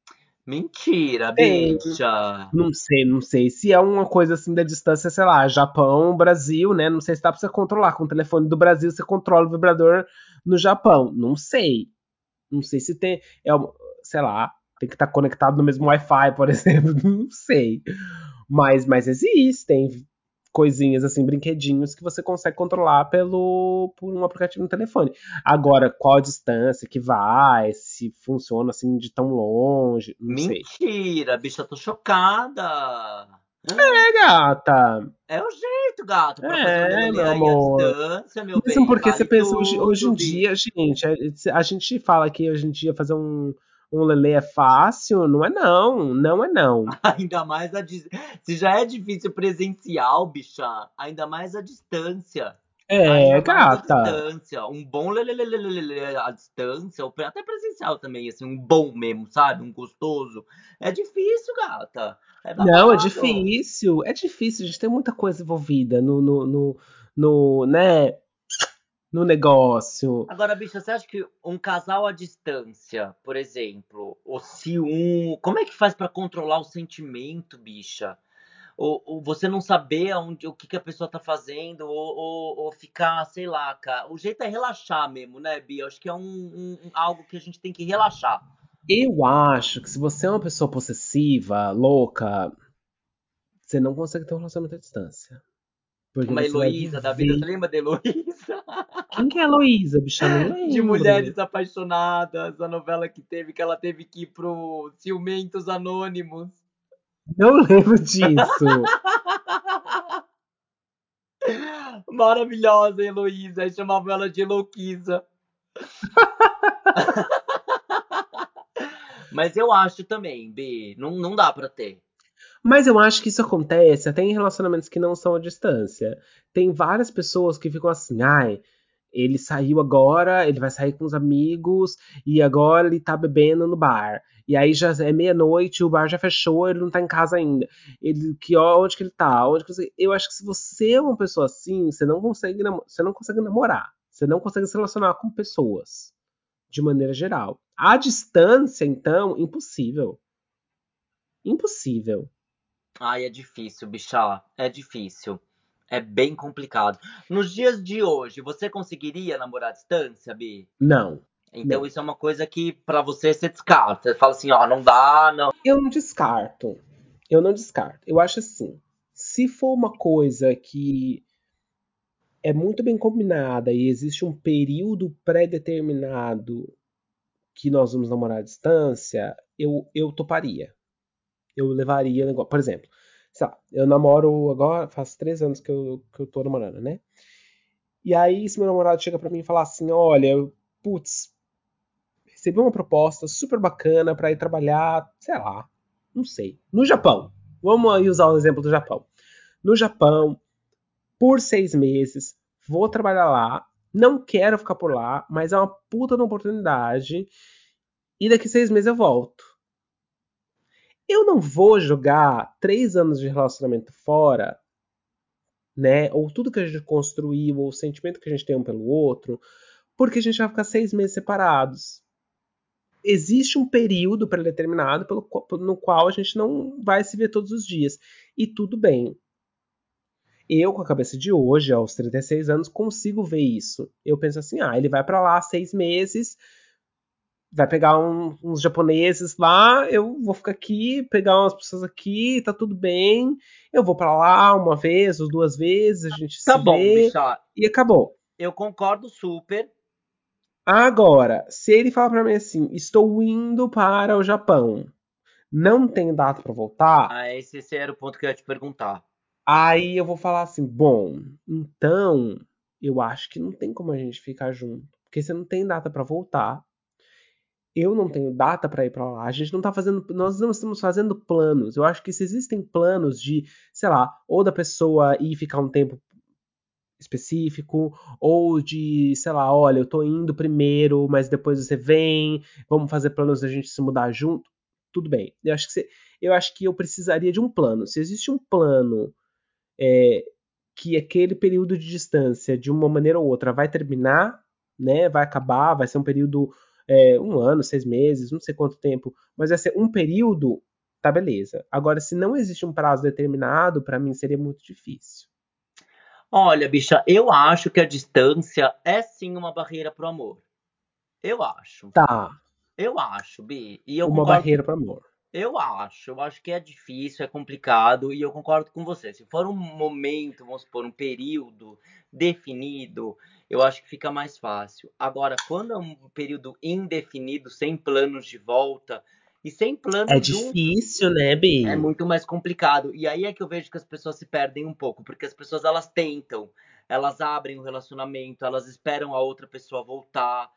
Mentira, Tem. bicha. Não sei, não sei. Se é uma coisa assim da distância, sei lá, Japão, Brasil, né? Não sei se dá pra você controlar. Com o telefone do Brasil, você controla o vibrador no Japão. Não sei. Não sei se tem. É, sei lá, tem que estar conectado no mesmo Wi-Fi, por exemplo. Não sei. Mas, mas existem coisinhas assim, brinquedinhos que você consegue controlar pelo por um aplicativo no telefone. Agora, qual a distância que vai, se funciona assim de tão longe, não sei. Mentira, bicha, tô chocada. É, gata. É o jeito, gato, pra fazer um É, lelele meu aí à amor. distância, meu Mesmo bem. porque você Vale pensa, hoje, hoje tudo, em bi. dia, gente, a, a gente fala que hoje em dia fazer um, um lelê é fácil, não é não, não é não. Ainda mais a dis... Se já é difícil presencial, bicha, ainda mais a distância. É, Ainda mais a gata. distância. Um bom lelelelelele à distância, ou até presencial também, assim, um bom mesmo, sabe? Um gostoso. É difícil, gata. É Não, é babado. difícil, é difícil, a gente tem muita coisa envolvida no, no, no, no, né, no negócio. Agora, bicha, você acha que um casal à distância, por exemplo, ou se um. Como é que faz pra controlar o sentimento, bicha? Ou, ou você não saber aonde, o que, que a pessoa tá fazendo, ou, ou, ou ficar, sei lá, cara. O jeito é relaxar mesmo, né, Bia? Acho que é um, um- um- algo que a gente tem que relaxar. Eu acho que se você é uma pessoa possessiva, louca, você não consegue ter um relacionamento à distância. Porque Uma você vai Heloísa da vida, viver. você lembra da Heloísa? Quem que é a Heloísa, bicha? Não De lembro. Mulheres Apaixonadas, a novela que teve, que ela teve que ir pro Ciumentos Anônimos. Não lembro disso. Maravilhosa, Heloísa. Aí chamavam ela de Heloquisa. Mas eu acho também, B, não, não dá pra ter. Mas eu acho que isso acontece até em relacionamentos que não são à distância. Tem várias pessoas que ficam assim, ai, ele saiu agora, ele vai sair com os amigos e agora ele tá bebendo no bar. E aí já é meia-noite, o bar já fechou, ele não tá em casa ainda. Ele, que ó, onde que ele tá? Onde que você... Eu acho que se você é uma pessoa assim, você não consegue, namo- você não consegue namorar. Você não consegue se relacionar com pessoas, de maneira geral. À distância, então, impossível. Impossível. Ai, é difícil, bicha. É difícil. É bem complicado. Nos dias de hoje, você conseguiria namorar à distância, Bi? Não, Então não. isso é uma coisa que pra você você descarta. Você fala assim, ó, não dá, não. Eu não descarto. Eu não descarto. Eu acho assim, se for uma coisa que é muito bem combinada e existe um período pré-determinado que nós vamos namorar à distância, eu, eu toparia. Eu levaria o negócio. Por exemplo, sei lá, eu namoro agora, faz três anos que eu, que eu tô namorando, né? E aí, se meu namorado chega pra mim e falar assim: olha, putz, recebi uma proposta super bacana pra ir trabalhar, sei lá, não sei, no Japão. vamos aí usar o exemplo do Japão. No Japão, por seis meses, vou trabalhar lá, não quero ficar por lá, mas é uma puta de uma oportunidade, e daqui seis meses eu volto. Eu não vou jogar três anos de relacionamento fora, né? Ou tudo que a gente construiu, ou o sentimento que a gente tem um pelo outro, porque a gente vai ficar seis meses separados. Existe um período pré-determinado pelo, no qual a gente não vai se ver todos os dias. E tudo bem. Eu, com a cabeça de hoje, aos trinta e seis anos, consigo ver isso. Eu penso assim, ah, ele vai pra lá seis meses, vai pegar um, uns japoneses lá, eu vou ficar aqui, pegar umas pessoas aqui, tá tudo bem. Eu vou pra lá uma vez ou duas vezes, a gente Tá se bom, vê bicha. e acabou. Eu concordo super. Agora, se ele fala pra mim assim, estou indo para o Japão, não tenho data pra voltar, Ah, esse, esse era o ponto que eu ia te perguntar. aí eu vou falar assim, bom, então eu acho que não tem como a gente ficar junto, porque você não tem data pra voltar. Eu não tenho data pra ir pra lá. A gente não tá fazendo, nós não estamos fazendo planos. Eu acho que se existem planos de, sei lá, ou da pessoa ir ficar um tempo específico, ou de, sei lá, olha, eu tô indo primeiro, mas depois você vem, vamos fazer planos da gente se mudar junto. Tudo bem. Eu acho que você, eu acho que eu precisaria de um plano. Se existe um plano é, que aquele período de distância, de uma maneira ou outra, vai terminar, né? Vai acabar, vai ser um período, é, um ano, seis meses, não sei quanto tempo, mas vai ser um período, tá beleza. Agora, se não existe um prazo determinado, pra mim seria muito difícil. Olha, bicha, eu acho que a distância é sim uma barreira pro amor. Eu acho. Tá, Eu acho, Bi. E eu uma concordo com. barreira para amor. Eu acho. Eu acho que é difícil, é complicado. E eu concordo com você. Se for um momento, vamos supor, um período definido, eu acho que fica mais fácil. Agora, quando é um período indefinido, sem planos de volta e sem É planos juntos. difícil, né, É Bi? muito mais complicado. E aí é que eu vejo que as pessoas se perdem um pouco, porque as pessoas elas tentam, elas abrem o relacionamento, elas esperam a outra pessoa voltar.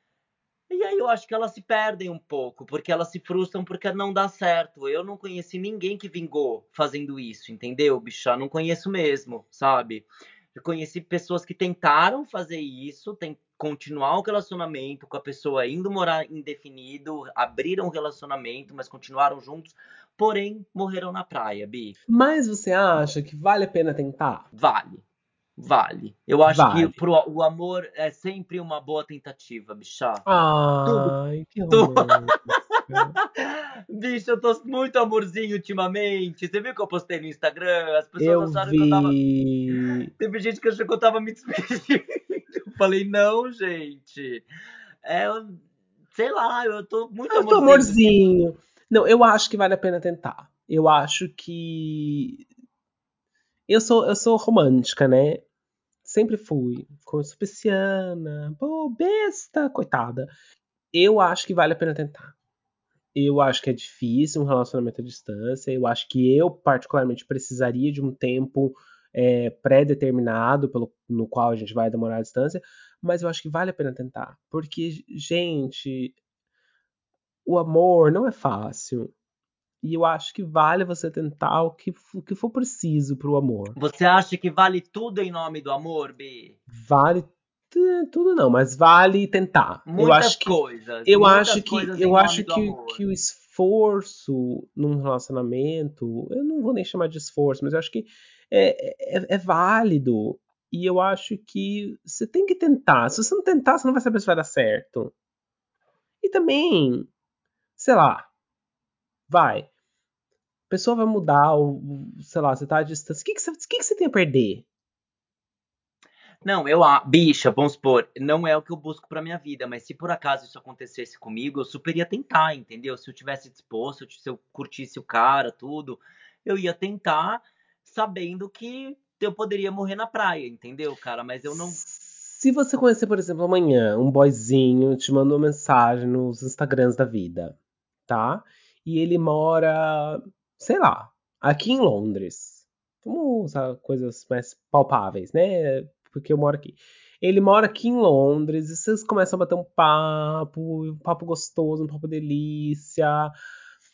E aí eu acho que elas se perdem um pouco, porque elas se frustram porque não dá certo. Eu não conheci ninguém que vingou fazendo isso, entendeu, bicha? Não conheço mesmo, sabe? Eu conheci pessoas que tentaram fazer isso, tem continuar o relacionamento com a pessoa indo morar indefinido, abriram o relacionamento, mas continuaram juntos, porém morreram na praia, Bi. Mas você acha que vale a pena tentar? Vale, vale. Eu acho que Vale. pro, o amor é sempre uma boa tentativa, bicha. Tudo, Ai, que tudo. romântica. Bicho, eu tô muito amorzinho ultimamente. Você viu que eu postei no Instagram? As pessoas Eu acharam que eu tava. vi. Teve gente que achou que eu tava me despedindo. Eu falei, não, gente. É, eu- sei lá, eu tô muito Eu tô amorzinho. amorzinho. Não, eu acho que vale a pena tentar. Eu acho que. Eu sou, eu sou romântica, né? Sempre fui. Como sou pisciana. Pô, besta, coitada. Eu acho que vale a pena tentar. Eu acho que é difícil um relacionamento à distância. Eu acho que eu, particularmente, precisaria de um tempo é, pré-determinado pelo, no qual a gente vai demorar a distância. Mas eu acho que vale a pena tentar. Porque, gente, o amor não é fácil. E eu acho que vale você tentar o que, o que for preciso pro amor. Você acha que vale tudo em nome do amor, B? Vale t- tudo não, mas vale tentar. Eu Muitas acho que coisas, eu acho muitas que coisas em eu nome acho do que, amor. que o esforço num relacionamento, eu não vou nem chamar de esforço, mas eu acho que é, é, é válido. E eu acho que você tem que tentar. Se você não tentar, você não vai saber se vai dar certo. E também, sei lá, vai. A pessoa vai mudar, ou, sei lá, você tá à distância. O que, que, você, o que, que você tem a perder? Não, eu, a bicha, vamos supor, não é o que eu busco pra minha vida, mas se por acaso isso acontecesse comigo, eu super ia tentar, entendeu? Se eu tivesse disposto, se eu curtisse o cara, tudo, eu ia tentar, sabendo que eu poderia morrer na praia, entendeu, cara? Mas eu não. Se você conhecer, por exemplo, amanhã um boyzinho te mandou uma mensagem nos Instagrams da vida, tá? E ele mora, sei lá, aqui em Londres. Vamos usar coisas mais palpáveis, né? Porque eu moro aqui. Ele mora aqui em Londres e vocês começam a bater um papo, um papo gostoso, um papo delícia.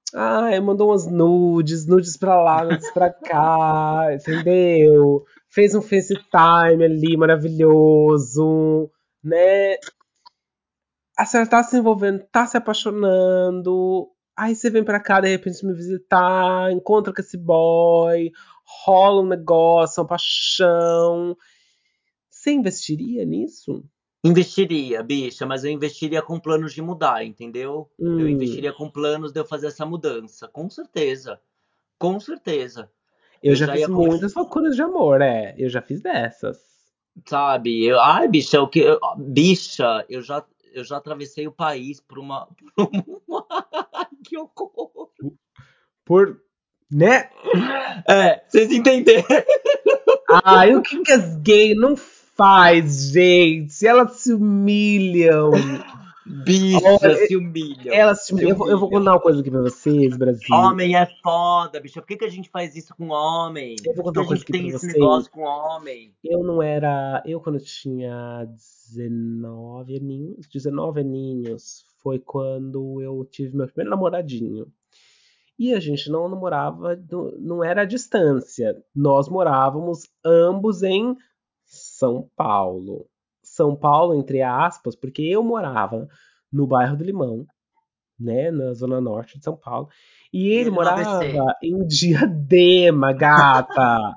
Ai, mandou umas nudes, nudes pra lá, nudes pra cá, entendeu? Fez um FaceTime ali maravilhoso, né? A senhora tá se envolvendo, tá se apaixonando. Aí você vem pra cá de repente me visitar, encontra com esse boy, rola um negócio, uma paixão. Você investiria nisso? Investiria, bicha, mas eu investiria com planos de mudar, entendeu? Eu Hum, investiria com planos de eu fazer essa mudança, com certeza, com certeza. eu Eu já já fiz ia começar, muitas loucuras de amor, é. Eu já fiz dessas. sabe? Eu, ai, bicha, o que, eu- bicha, eu já, eu já atravessei o país por uma, por uma... Ai, que horror. Por, né? É, vocês entenderam? Ai, o que que as gays não faz, gente? Elas se humilham. Bicha, Olha, se humilham, elas se se humilham. Eu vou, eu vou humilham. contar uma coisa aqui pra vocês, Brasil. Homem é foda, bicha. Por que, que a gente faz isso com homem? Eu vou Por que, que contar a uma coisa gente aqui pra tem esse vocês. negócio com homem? Eu não era. Eu, quando eu tinha dezenove aninhos, dezenove aninhos, foi quando eu tive meu primeiro namoradinho. E a gente não namorava, não, não era à distância. Nós morávamos ambos em São Paulo. São Paulo, entre aspas, porque eu morava no bairro do Limão, né, na zona norte de São Paulo, e E ele ele no A B C. morava em Diadema, gata.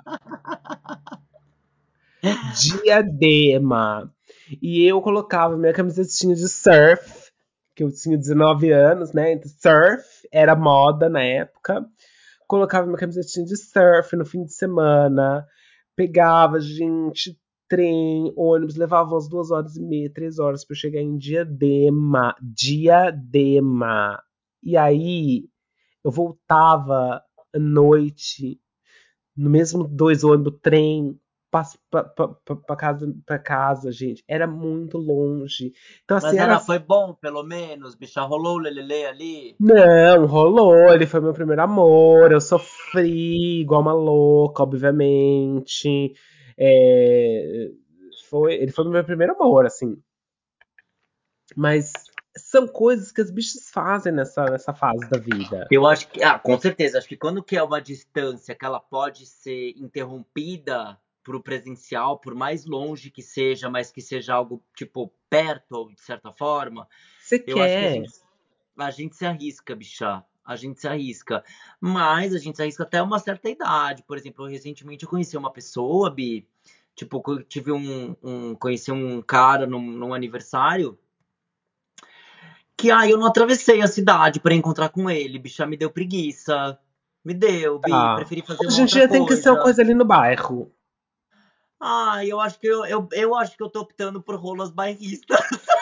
Diadema. E eu colocava minha camisetinha de surf, que eu tinha dezenove anos, né? Então, surf era moda na época. Colocava minha camisetinha de surf no fim de semana. Pegava, gente, trem, ônibus, levava umas duas horas e meia, três horas pra eu chegar em Diadema. Diadema. E aí eu voltava à noite no mesmo dois ônibus, trem, pra, pra, pra, pra casa, pra casa, gente. Era muito longe. Então, assim, Mas era. era, foi bom, pelo menos, bicha. Rolou o lelele ali. Não, rolou. Ele foi meu primeiro amor. Eu sofri igual uma louca, obviamente. É, foi, ele foi meu primeiro amor, assim. Mas são coisas que as bichas fazem nessa, nessa fase da vida. Eu acho que, ah, com certeza, acho que quando que é uma distância que ela pode ser interrompida pro presencial, por mais longe que seja, mas que seja algo, tipo, perto, de certa forma, Você eu acho que a quer. gente, a gente se arrisca, bicha. A gente se arrisca. Mas a gente se arrisca até uma certa idade. Por exemplo, recentemente eu conheci uma pessoa, Bi, tipo, eu tive um, um conheci um cara num, num aniversário que aí eu não atravessei a cidade pra encontrar com ele. Bicha, me deu preguiça. Me deu, Bi. Tá. Preferi fazer uma Hoje em outra dia tem que ser uma coisa. coisa ali no bairro. Ah, eu acho que eu, eu, eu acho que eu tô optando por rolas bairristas.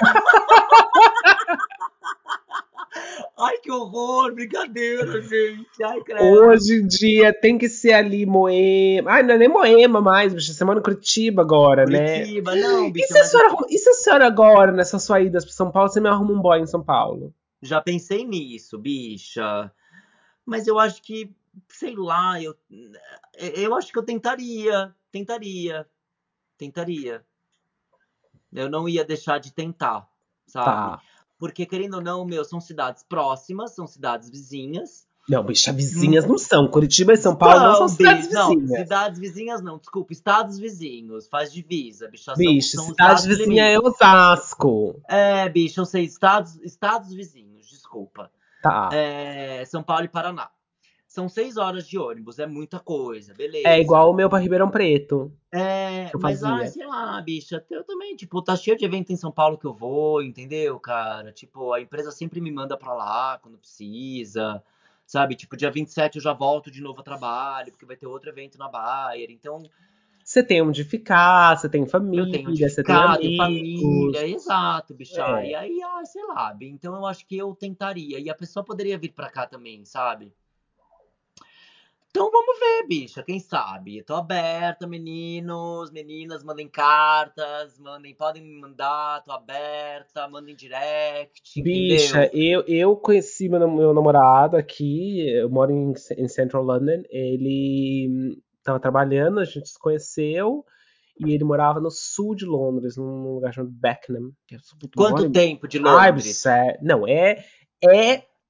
Ai, que horror, brincadeira, gente. Ai, credo. Hoje em dia tem que ser ali Moema. Ai, não é nem Moema mais, bicho. Você mora em Curitiba agora, né? Curitiba, não, E bicho, se a mas senhora, aqui arruma- e se a senhora agora, nessa sua ida pra São Paulo, você me arruma um boy em São Paulo? já pensei nisso, bicha. Mas eu acho que, sei lá, eu, eu acho que eu tentaria, tentaria, tentaria. Eu não ia deixar de tentar, sabe? Tá. Porque, querendo ou não, meu, são cidades próximas, são cidades vizinhas. Não, bicha, Hum, vizinhas não são. Curitiba e São Paulo não são São, cidades bicho. Não, vizinhas. cidades vizinhas não, desculpa, estados vizinhos, faz divisa, bicho, são, Bicha, são cidade estados vizinha é limítrofes. Osasco. É, bicho, eu sei, estados, estados vizinhos, desculpa. Tá. É, São Paulo e Paraná. São seis horas de ônibus, é muita coisa, É igual beleza. o meu pra Ribeirão Preto, É, que eu mas, ai, fazia. sei lá, bicha, eu também, tipo, tá cheio de evento em São Paulo que eu vou, entendeu, cara? Tipo, a empresa sempre me manda pra lá quando precisa, sabe? Tipo, dia vinte e sete eu já volto de novo a trabalho, porque vai ter outro evento na Bayer. Então, Você tem onde ficar, você tem eu tenho onde família, você tem ficar, tenho amigos. família, exato, bicha. É. E aí, ai, sei lá, Bi, então eu acho que eu tentaria. E a pessoa poderia vir pra cá também, sabe? Então vamos ver, bicha, quem sabe? Tô aberta, meninos, meninas, mandem cartas, mandem, podem me mandar, tô aberta, mandem direct, Bicha, entendeu? eu, eu conheci meu, nam- meu namorado aqui, eu moro em, em Central London, ele hum, tava trabalhando, a gente se conheceu, e ele morava no sul de Londres, num lugar chamado Beckenham, que é super, Quanto mora em... tempo de Ai, Londres? bicha, é- não, é, é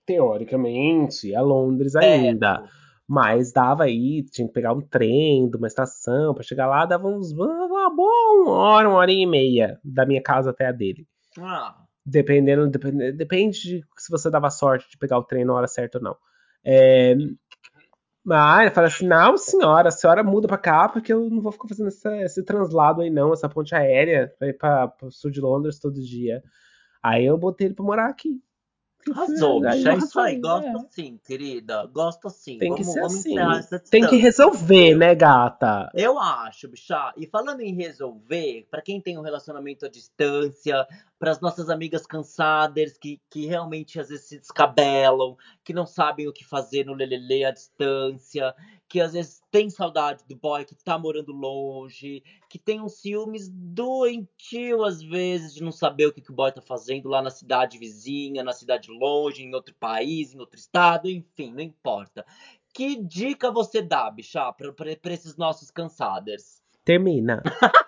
teoricamente, é Londres ainda. Perto. Mas dava aí, tinha que pegar um trem de uma estação pra chegar lá, dava uns uma boa uma hora, uma hora e meia da minha casa até a dele. Ah, Dependendo, depende, depende de se você dava sorte de pegar o trem na hora certa ou não. É, mas ele fala assim: não, senhora, a senhora muda pra cá, porque eu não vou ficar fazendo essa- esse translado aí, não, essa ponte aérea pra ir pra, pro sul de Londres todo dia. Aí eu botei ele pra morar aqui. Eu fui- arrasou, Aí bicha. eu É isso aí. arrasou. Gosto É, assim, querida. Gosto assim. tem que Vamos, ser vamos encerrar assim. essa Tem que distância. resolver, né, gata? Eu acho, bicha. E falando em resolver, pra quem tem um relacionamento à distância, pras nossas amigas cansadas que, que realmente às vezes se descabelam, que não sabem o que fazer no lelele à distância, que às vezes tem saudade do boy que tá morando longe, que tem uns ciúmes doentio às vezes de não saber o que, que o boy tá fazendo lá na cidade vizinha, na cidade longe, em outro país, em outro estado, enfim, não importa. Que dica você dá, bicha, pra, pra, pra esses nossos cansadas? Termina.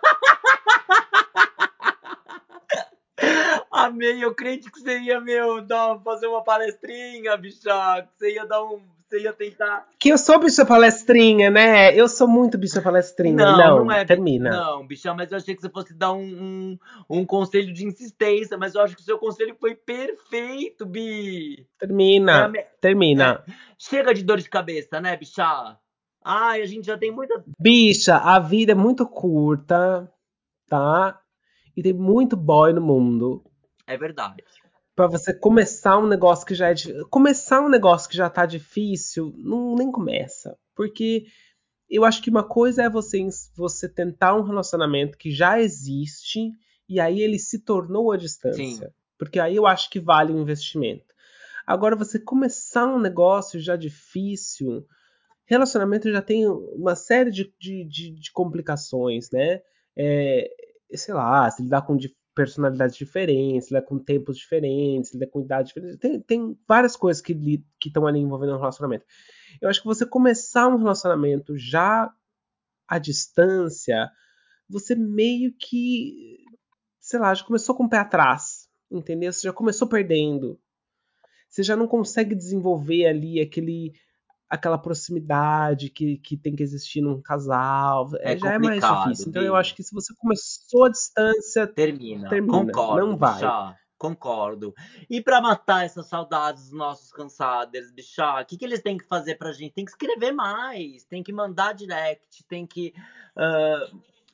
Amei, eu crente que você ia, meu, dar, fazer uma palestrinha, bicha. Que você ia dar um. Você ia tentar. Que eu sou bicha palestrinha, né? Eu sou muito bicha palestrinha. Não, não Não, é, bi- termina. não, bicha, mas eu achei que você fosse dar um, um, um conselho de insistência, mas eu acho que o seu conselho foi perfeito, Bi. Termina. É, a me- Termina. é, chega de dor de cabeça, né, bicha? Ai, a gente já tem muita. Bicha, a vida é muito curta, tá? E tem muito boy no mundo. É verdade. Pra você começar um negócio que já é difícil. Começar um negócio que já tá difícil, não, nem começa. Porque eu acho que uma coisa é você, você tentar um relacionamento que já existe e aí ele se tornou à Sim, distância. Porque aí eu acho que vale o investimento. Agora, você começar um negócio já difícil, relacionamento já tem uma série de, de, de, de complicações, né? É, sei lá, se lidar com di- personalidades diferentes, se lidar com tempos diferentes, se lidar com idades diferentes. Tem, tem várias coisas que li- que estão ali envolvendo um relacionamento. Eu acho que você começar um relacionamento já à distância, você meio que, sei lá, já começou com o pé atrás, entendeu? Você já começou perdendo. Você já não consegue desenvolver ali aquele aquela proximidade que, que tem que existir num casal. é É, já é mais complicado, difícil. Então eu acho Bi. que se você começou a distância, Termina. termina. Concordo, Não vai. bichá. Concordo. E pra matar essas saudades dos nossos cansados, bichá, o que, que eles têm que fazer pra gente? Tem que escrever mais, tem que mandar direct, tem que. ah,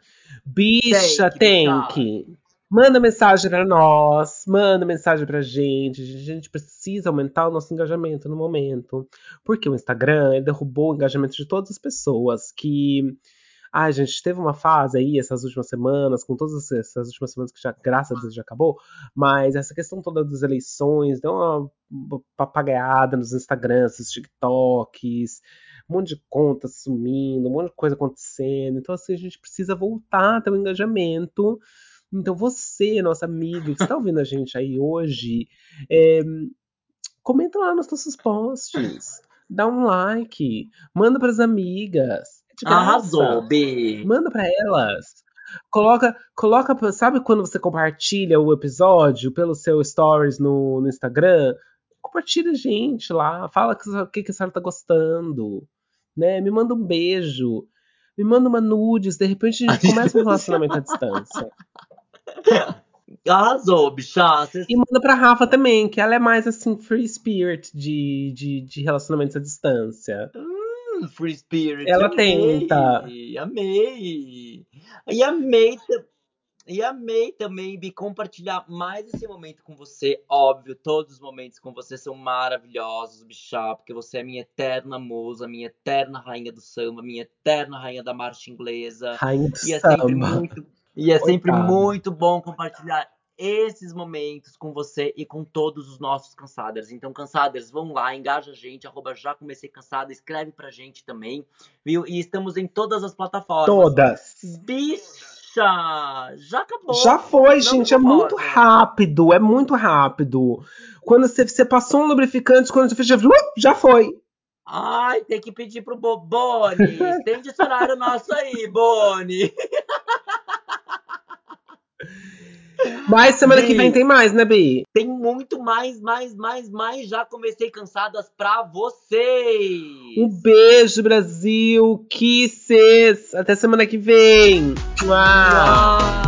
tem Bicha, que, tem bichá. que. Manda mensagem pra nós, manda mensagem pra gente. A gente precisa aumentar o nosso engajamento no momento. Porque o Instagram ele derrubou o engajamento de todas as pessoas que ai, gente, teve uma fase aí, essas últimas semanas, com todas essas últimas semanas que já, graças a Deus, já acabou, mas essa questão toda das eleições deu uma papagaiada nos Instagrams, nos TikToks, um monte de contas sumindo, um monte de coisa acontecendo. Então, assim, a gente precisa voltar a ter um engajamento. Então, você, nossa amiga, que está ouvindo a gente aí hoje, é, comenta lá nos nossos posts, dá um like, manda para as amigas, é de Arrasou, graça. B. Manda pra elas. Coloca, coloca, sabe quando você compartilha o episódio pelo seu stories no, no Instagram? Compartilha a gente lá, fala que- o que, que a senhora tá gostando, né? Me manda um beijo, me manda uma nudes, de repente a gente começa um relacionamento à distância. Arrasou, bichá. Cês- E manda pra Rafa também, que ela é mais assim, free spirit de, de, de relacionamentos à distância. Hum, Free Spirit, Ela tenta. amei, amei. E amei E amei também, Bi, compartilhar mais esse momento com você. Óbvio, todos os momentos com você são maravilhosos, bichá, porque você é minha eterna musa, minha eterna rainha do samba, minha eterna rainha da marcha inglesa. Rainha do E é sempre samba. muito, e é sempre Coitada. muito bom compartilhar esses momentos com você e com todos os nossos cansaders. Então, cansaders, vão lá, engaja a gente, arroba já comecei cansada, escreve pra gente também, viu? E estamos em todas as plataformas. Todas. Bicha, já Já acabou. foi, Não me gente. É muito conformo. rápido. É muito rápido. Quando você, você passou um lubrificante, quando você fez, já, uh, já foi. Ai, tem que pedir pro Bo- Boni. Estende esse horário nosso aí, Boni. Mas semana Bi, que vem tem mais, né, Bi? Tem muito mais, mais, mais, mais. Já comecei cansadas pra vocês. Um beijo, Brasil. Kisses. Até semana que vem. Uau. Uau.